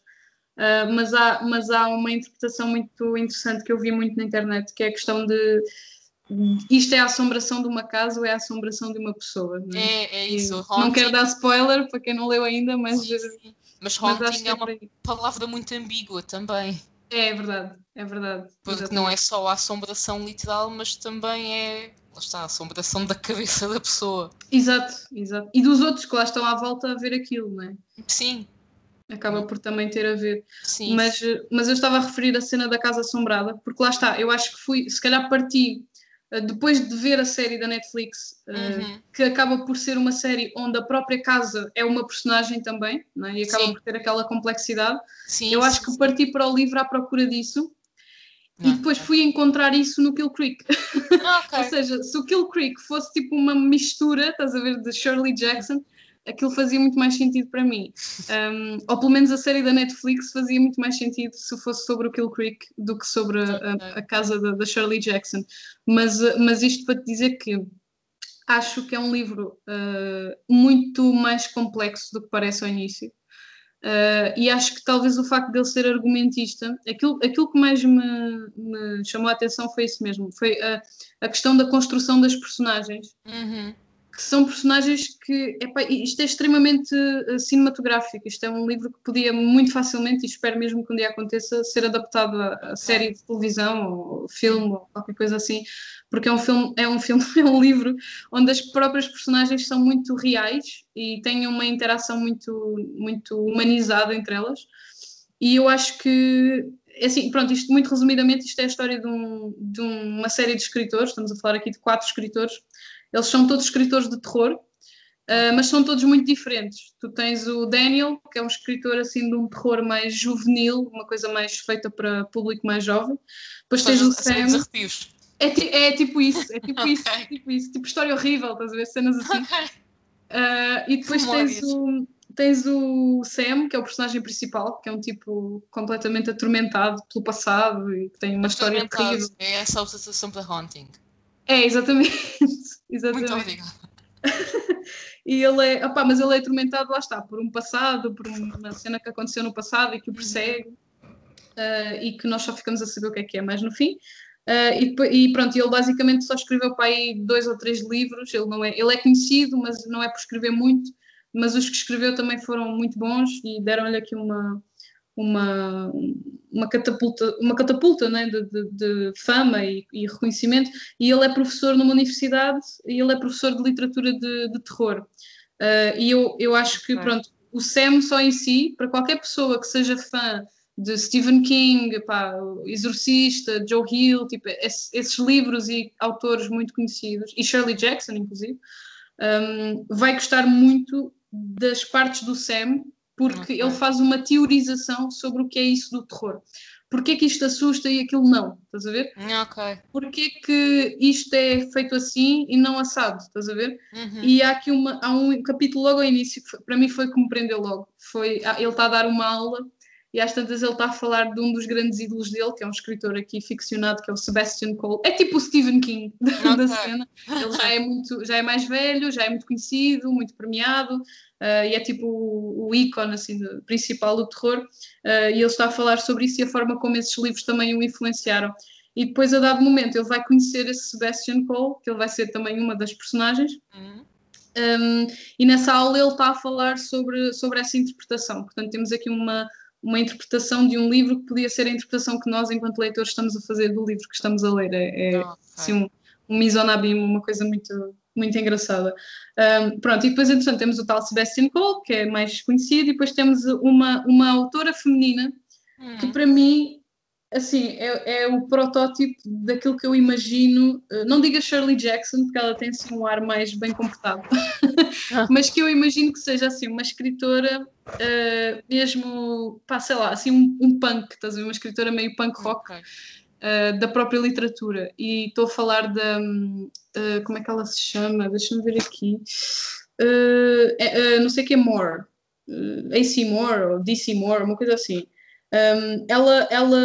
B: Mas há uma interpretação muito interessante que eu vi muito na internet, que é a questão de isto é a assombração de uma casa ou é a assombração de uma pessoa, não é?
A: É
B: E
A: isso.
B: não quero
A: Haunting,
B: dar spoiler para quem não leu ainda,
A: sim, sim. Mas
B: mas acho
A: haunting
B: que
A: é
B: é por
A: uma
B: aí.
A: palavra muito ambígua também.
B: É verdade,
A: Porque não é
B: exatamente.
A: só a assombração literal, mas também é. Lá está, a assombração da cabeça da pessoa.
B: Exato, exato. E dos outros que lá estão à volta a ver aquilo, não é?
A: Sim,
B: Acaba por também ter a ver.
A: sim,
B: Mas eu estava a referir a cena da Casa Assombrada, porque lá está, eu acho que fui, se calhar parti, depois de ver a série da Netflix,
A: uhum,
B: que acaba por ser uma série onde a própria casa é uma personagem também, não é? E acaba
A: sim,
B: por ter aquela complexidade.
A: sim,
B: Eu acho
A: sim,
B: que
A: sim.
B: parti para o livro à procura disso e depois
A: Ok.
B: fui encontrar isso no Kill Creek.
A: Ah,
B: Ou
A: ok.
B: seja, se o Kill Creek fosse tipo uma mistura, estás a ver, de Shirley Jackson, aquilo fazia muito mais sentido para mim. Ou pelo menos a série da Netflix fazia muito mais sentido se fosse sobre o Kill Creek do que sobre a
A: Ok.
B: casa da Shirley Jackson. Mas isto para te dizer que acho que é um livro muito mais complexo do que parece ao início. E acho que talvez o facto de ele ser argumentista, aquilo que mais me chamou a atenção foi isso mesmo, foi a questão da construção das personagens,
A: Uhum.
B: que são personagens que, epá, isto é extremamente cinematográfico, isto é um livro que podia muito facilmente, e espero mesmo que um dia aconteça, ser adaptado a
A: Ok.
B: série de televisão, ou filme, ou qualquer coisa assim, porque é um filme, é um livro onde as próprias personagens são muito reais e têm uma interação muito, muito humanizada entre elas, e eu acho que assim, pronto, isto muito resumidamente, isto é a história de uma série de escritores, estamos a falar aqui de 4 escritores. Eles são todos escritores de terror,
A: Ok.
B: mas são todos muito diferentes. Tu tens o Daniel, que é um escritor assim de um terror mais juvenil, uma coisa mais feita para público mais jovem.
A: Ou
B: Depois tens
A: seja,
B: o
A: a série
B: Sam,
A: dos arrepios.
B: é tipo isso, é tipo isso,
A: Ok.
B: tipo isso, tipo história horrível, estás a ver, cenas assim.
A: Ok.
B: E
A: Que
B: depois tens
A: memórias.
B: o Sam, que é o personagem principal, que é um tipo completamente atormentado pelo passado e que tem uma história
A: Atormentado.
B: terrível.
A: É essa a sensação para Haunting.
B: É, exatamente,
A: Muito
B: exatamente.
A: obrigada.
B: E mas ele é atormentado, lá está, por um passado, por uma cena que aconteceu no passado e que o
A: Uhum.
B: persegue, e que nós só ficamos a saber o que é, mas no fim. E pronto, ele basicamente só escreveu para aí 2 ou 3 livros. Ele é conhecido, mas não é por escrever muito. Mas os que escreveu também foram muito bons e deram-lhe aqui uma, uma catapulta, né, de fama e reconhecimento. E ele é professor numa universidade e ele é professor de literatura de terror. E eu acho que, pronto, o Sam só em si, para qualquer pessoa que seja fã de Stephen King, pá, o Exorcista, Joe Hill, tipo, esses livros e autores muito conhecidos, e Shirley Jackson, inclusive, vai gostar muito das partes do Sam, porque ele faz uma teorização sobre o que é isso do terror. Porquê que isto assusta e aquilo não? Estás a ver? Porquê que isto é feito assim e não assado? Estás a ver? E há um capítulo logo ao início, que para mim foi que me prendeu logo. Ele está a dar uma aula e às tantas ele está a falar de um dos grandes ídolos dele, que é um escritor aqui ficcionado, que é o Sebastian Cole. É tipo o Stephen King da cena. Ele já é mais velho, já é muito conhecido, muito premiado, e é tipo o ícone assim, principal do terror. E ele está a falar sobre isso e a forma como esses livros também o influenciaram. E depois, a dado momento, ele vai conhecer esse Sebastian Cole, que ele vai ser também uma das personagens. E nessa aula ele está a falar sobre essa interpretação. Portanto, temos aqui uma interpretação de um livro que podia ser a interpretação que nós, enquanto leitores, estamos a fazer do livro que estamos a ler. Assim, um misonabim, uma coisa muito, muito engraçada. Pronto, e depois, entretanto, temos o tal Sebastian Cole, que é mais conhecido, e depois temos uma autora feminina que, para mim, assim, é o protótipo daquilo que eu imagino, não diga Shirley Jackson, porque ela tem assim um ar mais bem comportado, mas que eu imagino que seja assim uma escritora mesmo, pá, sei lá, assim um punk, estás a ver? Uma escritora meio punk rock da própria literatura. E estou a falar da, como é que ela se chama? Deixa-me ver aqui. Não sei o que é Moore. AC Moore ou DC Moore, uma coisa assim. Ela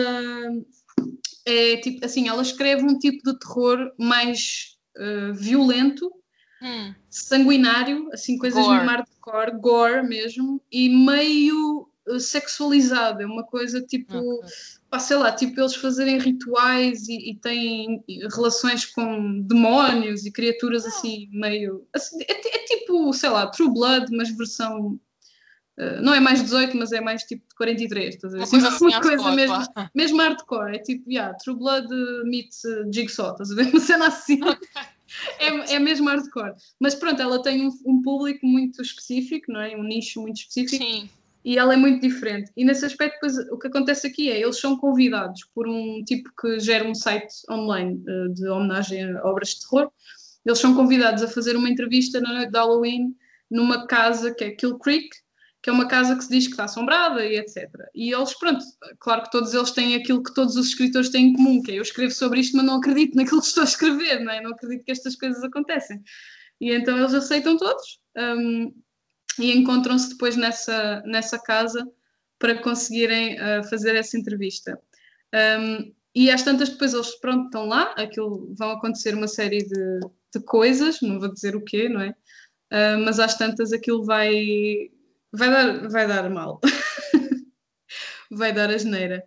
B: é tipo assim, ela escreve um tipo de terror mais violento, sanguinário, assim, coisas mesmo hardcore, gore mesmo, e meio sexualizado. É uma coisa tipo, pá, sei lá, tipo eles fazerem rituais e têm relações com demónios e criaturas assim, meio. Assim, é tipo, sei lá, True Blood, mas versão. Não é mais 18, mas é mais tipo de 43, estás a ver?
A: Uma coisa assim
B: uma coisa
A: hardcore,
B: mesmo hardcore, é tipo, True Blood meets Jigsaw, estás a ver? Uma cena assim. É mesmo hardcore. Mas pronto, ela tem um público muito específico, não é? Um nicho muito específico.
A: Sim.
B: E ela é muito diferente. E nesse aspecto, depois, o que acontece aqui é eles são convidados por um tipo que gera um site online de homenagem a obras de terror. Eles são convidados a fazer uma entrevista na noite de Halloween numa casa que é Kill Creek, que é uma casa que se diz que está assombrada e etc. E eles, pronto, claro que todos eles têm aquilo que todos os escritores têm em comum, que é eu escrevo sobre isto, mas não acredito naquilo que estou a escrever, não é? Não acredito que estas coisas acontecem. E então eles aceitam todos e encontram-se depois nessa casa para conseguirem fazer essa entrevista. E às tantas depois eles, pronto, estão lá, aquilo vão acontecer uma série de coisas, não vou dizer o quê, não é? Mas às tantas aquilo vai dar mal. Vai dar asneira.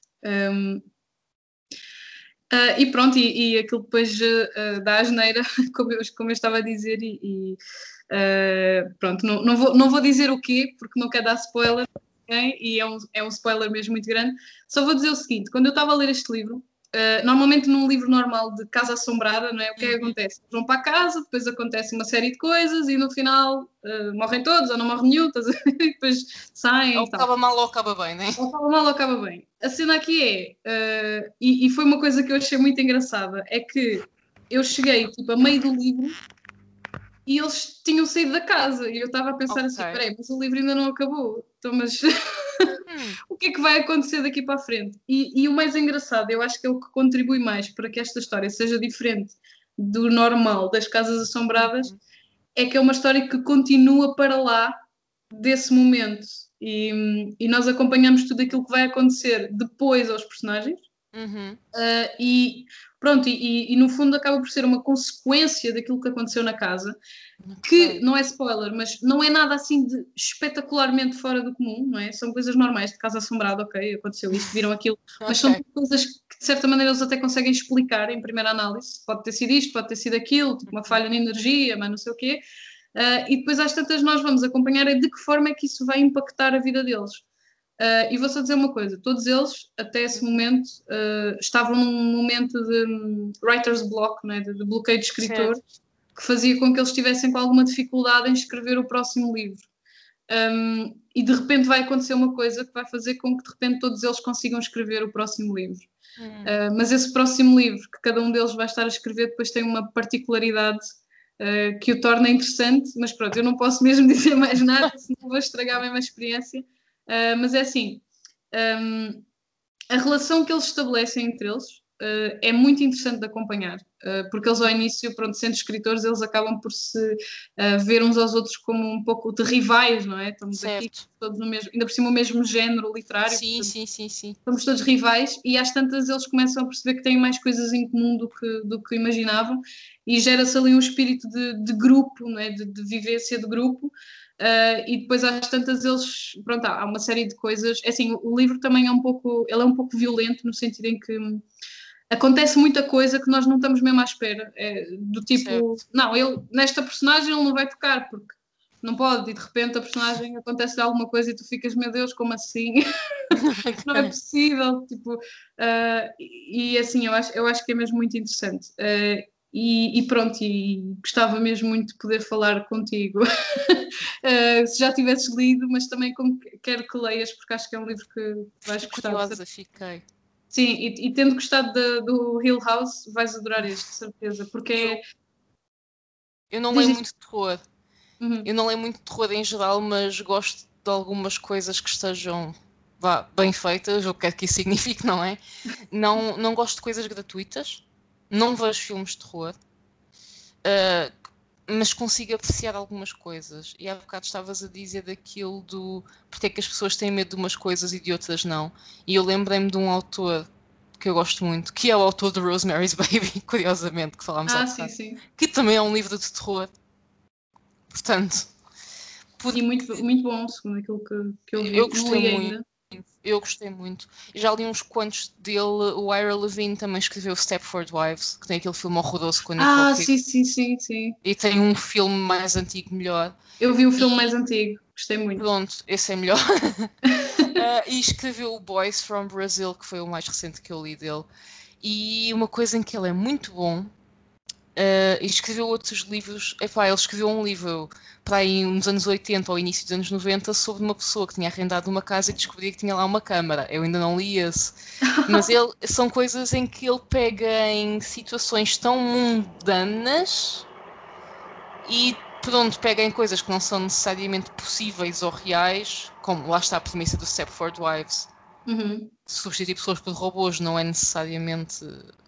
B: E pronto, e aquilo depois dá asneira, como eu estava a dizer, pronto, não vou dizer o quê, porque não quero dar spoiler, e é um spoiler mesmo muito grande. Só vou dizer o seguinte: quando eu estava a ler este livro, normalmente num livro normal de Casa Assombrada, não é? O que é que acontece? Vão para a casa, depois acontece uma série de coisas e no final morrem todos ou não morre nenhum, e depois saem.
A: Ou acaba mal ou acaba bem, não é?
B: Ou acaba mal ou acaba bem. A cena aqui e foi uma coisa que eu achei muito engraçada, é que eu cheguei tipo a meio do livro e eles tinham saído da casa e eu estava a pensar assim, peraí, mas o livro ainda não acabou, então mas o que é que vai acontecer daqui para a frente? E o mais engraçado, eu acho que é o que contribui mais para que esta história seja diferente do normal das casas assombradas, é que é uma história que continua para lá desse momento e nós acompanhamos tudo aquilo que vai acontecer depois aos personagens. E pronto, e no fundo acaba por ser uma consequência daquilo que aconteceu na casa, que não é spoiler, mas não é nada assim de espetacularmente fora do comum, não é? São coisas normais de casa assombrada, ok, aconteceu isto, viram aquilo, mas são coisas que de certa maneira eles até conseguem explicar em primeira análise. Pode ter sido isto, pode ter sido aquilo, tipo uma falha na energia, mas não sei o quê. E depois às tantas nós vamos acompanhar de que forma é que isso vai impactar a vida deles. E vou só dizer uma coisa, todos eles, até esse momento, estavam num momento de writer's block, né, de bloqueio de escritor, que fazia com que eles estivessem com alguma dificuldade em escrever o próximo livro. E de repente vai acontecer uma coisa que vai fazer com que de repente todos eles consigam escrever o próximo livro. Mas esse próximo livro, que cada um deles vai estar a escrever, depois tem uma particularidade que o torna interessante, mas pronto, eu não posso mesmo dizer mais nada, senão vou estragar bem a experiência. Mas é assim, a relação que eles estabelecem entre eles é muito interessante de acompanhar, porque eles ao início, pronto, sendo escritores, eles acabam por se ver uns aos outros como um pouco de rivais, não é? Estamos
A: certo.
B: aqui todos no mesmo, ainda por cima o mesmo género literário.
A: Sim,
B: portanto,
A: sim.
B: somos todos rivais e às tantas eles começam a perceber que têm mais coisas em comum do que imaginavam e gera-se ali um espírito de grupo, não é? de vivência de grupo. E depois às tantas eles, pronto, há uma série de coisas, é assim, o livro também é um pouco violento no sentido em que acontece muita coisa que nós não estamos mesmo à espera, do tipo,
A: certo.
B: não, nesta personagem ele não vai tocar porque não pode, e de repente a personagem acontece alguma coisa e tu ficas, meu Deus, como assim? Não é possível, tipo, e assim, eu acho que é mesmo muito interessante. E pronto, e gostava mesmo muito de poder falar contigo se já tivesses lido, mas também quero que leias, porque acho que é um livro que vais gostar.
A: Curiosa, fiquei.
B: Sim, e tendo gostado do Hill House, vais adorar este, de certeza, porque
A: eu não leio
B: Diz
A: muito de terror.
B: Uhum.
A: Eu não leio muito de terror em geral, mas gosto de algumas coisas que estejam bem feitas, o que é que isso significa, não é? Não gosto de coisas gratuitas, não vejo filmes de terror, mas consigo apreciar algumas coisas. E há bocado estavas a dizer daquilo do porque é que as pessoas têm medo de umas coisas e de outras não. E eu lembrei-me de um autor que eu gosto muito, que é o autor de Rosemary's Baby, curiosamente, que falámos há bocado,
B: Sim.
A: que também é um livro de terror. Portanto,
B: E muito bom, segundo aquilo que eu
A: eu
B: vi. Não
A: gostei
B: li
A: muito.
B: ainda.
A: Eu gostei muito. Já li uns quantos dele. O Ira Levine também escreveu Stepford Wives, que tem aquele filme horroroso com a Nicole Kidman.
B: Sim.
A: E tem um filme mais antigo melhor.
B: Eu vi o filme mais antigo, gostei muito.
A: Pronto, esse é melhor. E escreveu o Boys from Brazil, que foi o mais recente que eu li dele. E uma coisa em que ele é muito bom. E escreveu outros livros. Epá, ele escreveu um livro para aí nos anos 80 ou início dos anos 90 sobre uma pessoa que tinha arrendado uma casa e descobria que tinha lá uma câmara. Eu ainda não li esse. Mas são coisas em que ele pega em situações tão mundanas e pronto, pega em coisas que não são necessariamente possíveis ou reais, como lá está a premissa do Stepford Wives.
B: Uhum.
A: Substituir pessoas por robôs não é necessariamente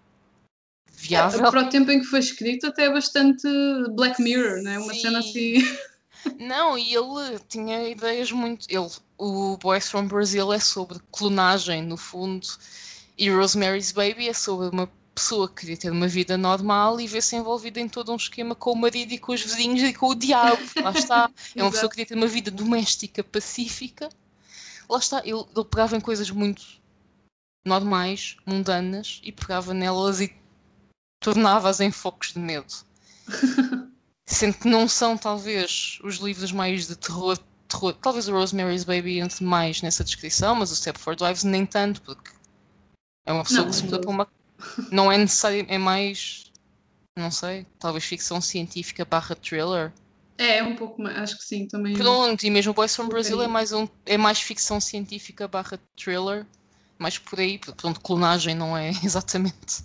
A: viável.
B: Para o tempo em que foi escrito, até é bastante Black Mirror, né? Uma cena assim.
A: Não, e ele tinha ideias muito. O Boys from Brazil é sobre clonagem, no fundo, e Rosemary's Baby é sobre uma pessoa que queria ter uma vida normal e vê-se envolvida em todo um esquema com o marido e com os vizinhos e com o diabo. Lá está. É uma pessoa que queria ter uma vida doméstica pacífica. Lá está. Ele pegava em coisas muito normais, mundanas, e pegava nelas e tornava-as em focos de medo. Sendo que não são, talvez, os livros mais de terror. Talvez o Rosemary's Baby entre mais nessa descrição, mas o Stepford Wives nem tanto, porque é uma pessoa que se muda para uma. Não é necessário, é mais. Não sei, talvez ficção científica barra thriller.
B: É um pouco mais, acho que sim, também.
A: Pronto, e mesmo o Boys from Brazil é mais ficção científica barra thriller, mais por aí, pronto, clonagem não é exatamente.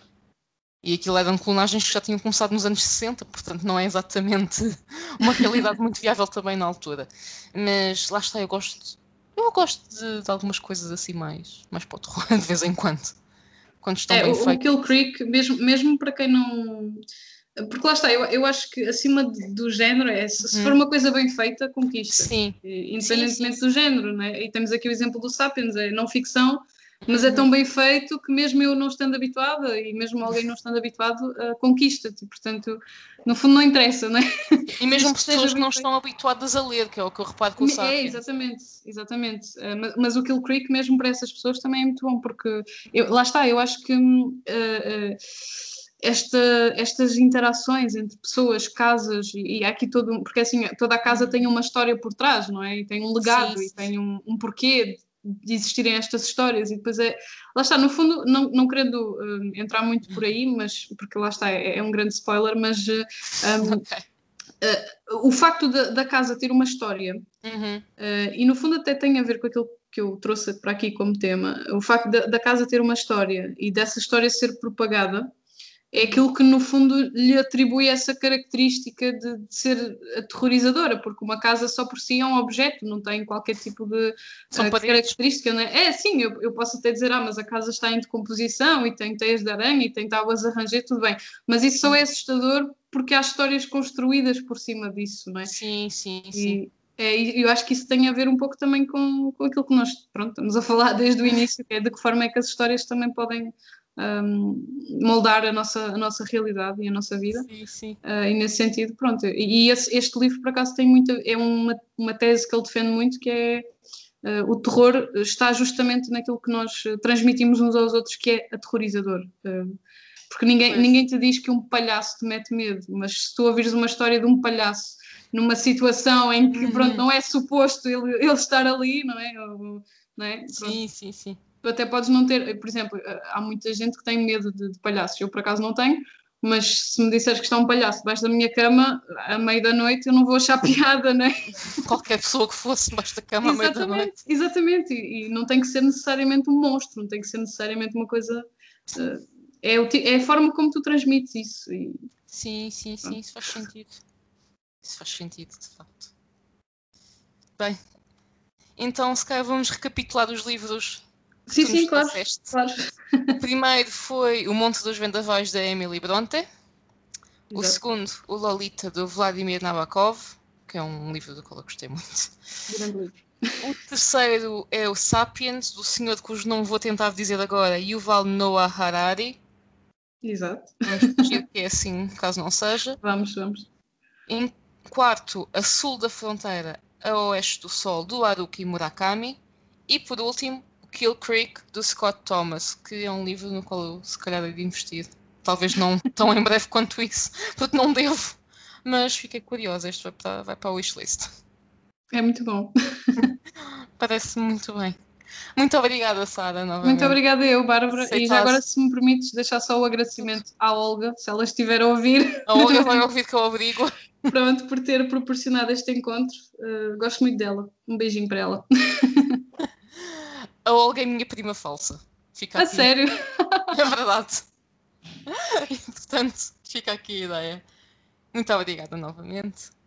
A: E aquilo eram clonagens que já tinham começado nos anos 60, portanto não é exatamente uma realidade muito viável também na altura. Mas lá está, eu gosto de algumas coisas assim mais para o terror, de vez em quando estão bem feitas.
B: O Kill Creek, mesmo para quem não... Porque lá está, eu acho que acima do género, se for uma coisa bem feita, conquista.
A: Sim.
B: Independentemente do género, né? E temos aqui o exemplo do Sapiens, é não ficção, mas é tão bem feito que mesmo eu não estando habituada e mesmo alguém não estando habituado, conquista-te. Portanto, no fundo não interessa, né?
A: E mesmo pessoas que não estão habituadas a ler, que é o que eu reparo com o Sapiens.
B: Exatamente. Mas o Kill Creek, mesmo para essas pessoas, também é muito bom, porque lá está, eu acho que estas interações entre pessoas, casas, e há aqui porque assim, toda a casa tem uma história por trás, não é? E tem um legado, e tem um porquê de existirem estas histórias e depois lá está, no fundo, não querendo entrar muito por aí, mas porque lá está, é um grande spoiler, mas
A: Ok.
B: o facto da casa ter uma história e no fundo até tem a ver com aquilo que eu trouxe para aqui como tema, o facto da casa ter uma história e dessa história ser propagada é aquilo que no fundo lhe atribui essa característica de ser aterrorizadora, porque uma casa só por si é um objeto, não tem qualquer tipo de
A: São paredes.
B: característica, não é? É, sim, eu posso até dizer, mas a casa está em decomposição e tem teias de aranha e tem tábuas a ranger, tudo bem, mas isso só é assustador porque há histórias construídas por cima disso, não é?
A: Sim, sim, sim.
B: E eu acho que isso tem a ver um pouco também com aquilo que nós, pronto, estamos a falar desde o início, que é de que forma é que as histórias também podem moldar a nossa realidade e a nossa vida.
A: Sim, sim.
B: E nesse sentido, pronto. E este livro, por acaso, tem muita. É uma tese que ele defende muito, que é o terror está justamente naquilo que nós transmitimos uns aos outros, que é aterrorizador. Porque ninguém te diz que um palhaço te mete medo, mas se tu ouvires uma história de um palhaço numa situação em que pronto, não é suposto ele estar ali, não é? Não é?
A: Sim, sim, sim.
B: Tu até podes não ter, por exemplo, há muita gente que tem medo de palhaços, eu por acaso não tenho, mas se me disseres que está um palhaço debaixo da minha cama, à meia da noite, eu não vou achar piada, não é?
A: Qualquer pessoa que fosse debaixo da cama à meia da noite.
B: Exatamente, e não tem que ser necessariamente um monstro, não tem que ser necessariamente uma coisa. É a forma como tu transmites isso.
A: Sim, sim, sim, isso faz sentido. Isso faz sentido, de facto. Bem, então se calhar vamos recapitular os livros que tu nos
B: Claro,
A: trouxeste.
B: claro.
A: O primeiro foi O Monte dos Vendavais, da Emily Bronte. O
B: Exato.
A: segundo, o Lolita, do Vladimir Nabokov, que é um livro do qual eu gostei muito.
B: Grande livro.
A: O terceiro é o Sapiens, do senhor cujo nome vou tentar dizer agora, Yuval Noah Harari.
B: Exato.
A: Vamos fingir que é assim, caso não seja.
B: Vamos.
A: Em quarto, A Sul da Fronteira, a Oeste do Sol, do Haruki Murakami. E por último, Kill Creek, do Scott Thomas, que é um livro no qual eu se calhar hei de investir. Talvez não tão em breve quanto isso, porque não devo. Mas fiquei curiosa, este vai para a wishlist.
B: É muito bom.
A: Parece muito bem. Muito obrigada, Sara, novamente.
B: Muito obrigada eu, Bárbara. E já agora,
A: Aceitaste.
B: se me permites, deixar só o agradecimento à Olga, se ela estiver a ouvir.
A: A Olga vai ouvir que eu abrigo.
B: Pronto, por ter proporcionado este encontro. Gosto muito dela. Um beijinho para ela.
A: A Olga é minha prima falsa. Fica
B: A
A: aqui.
B: sério?
A: É verdade. E, portanto, fica aqui a ideia. Muito obrigada novamente.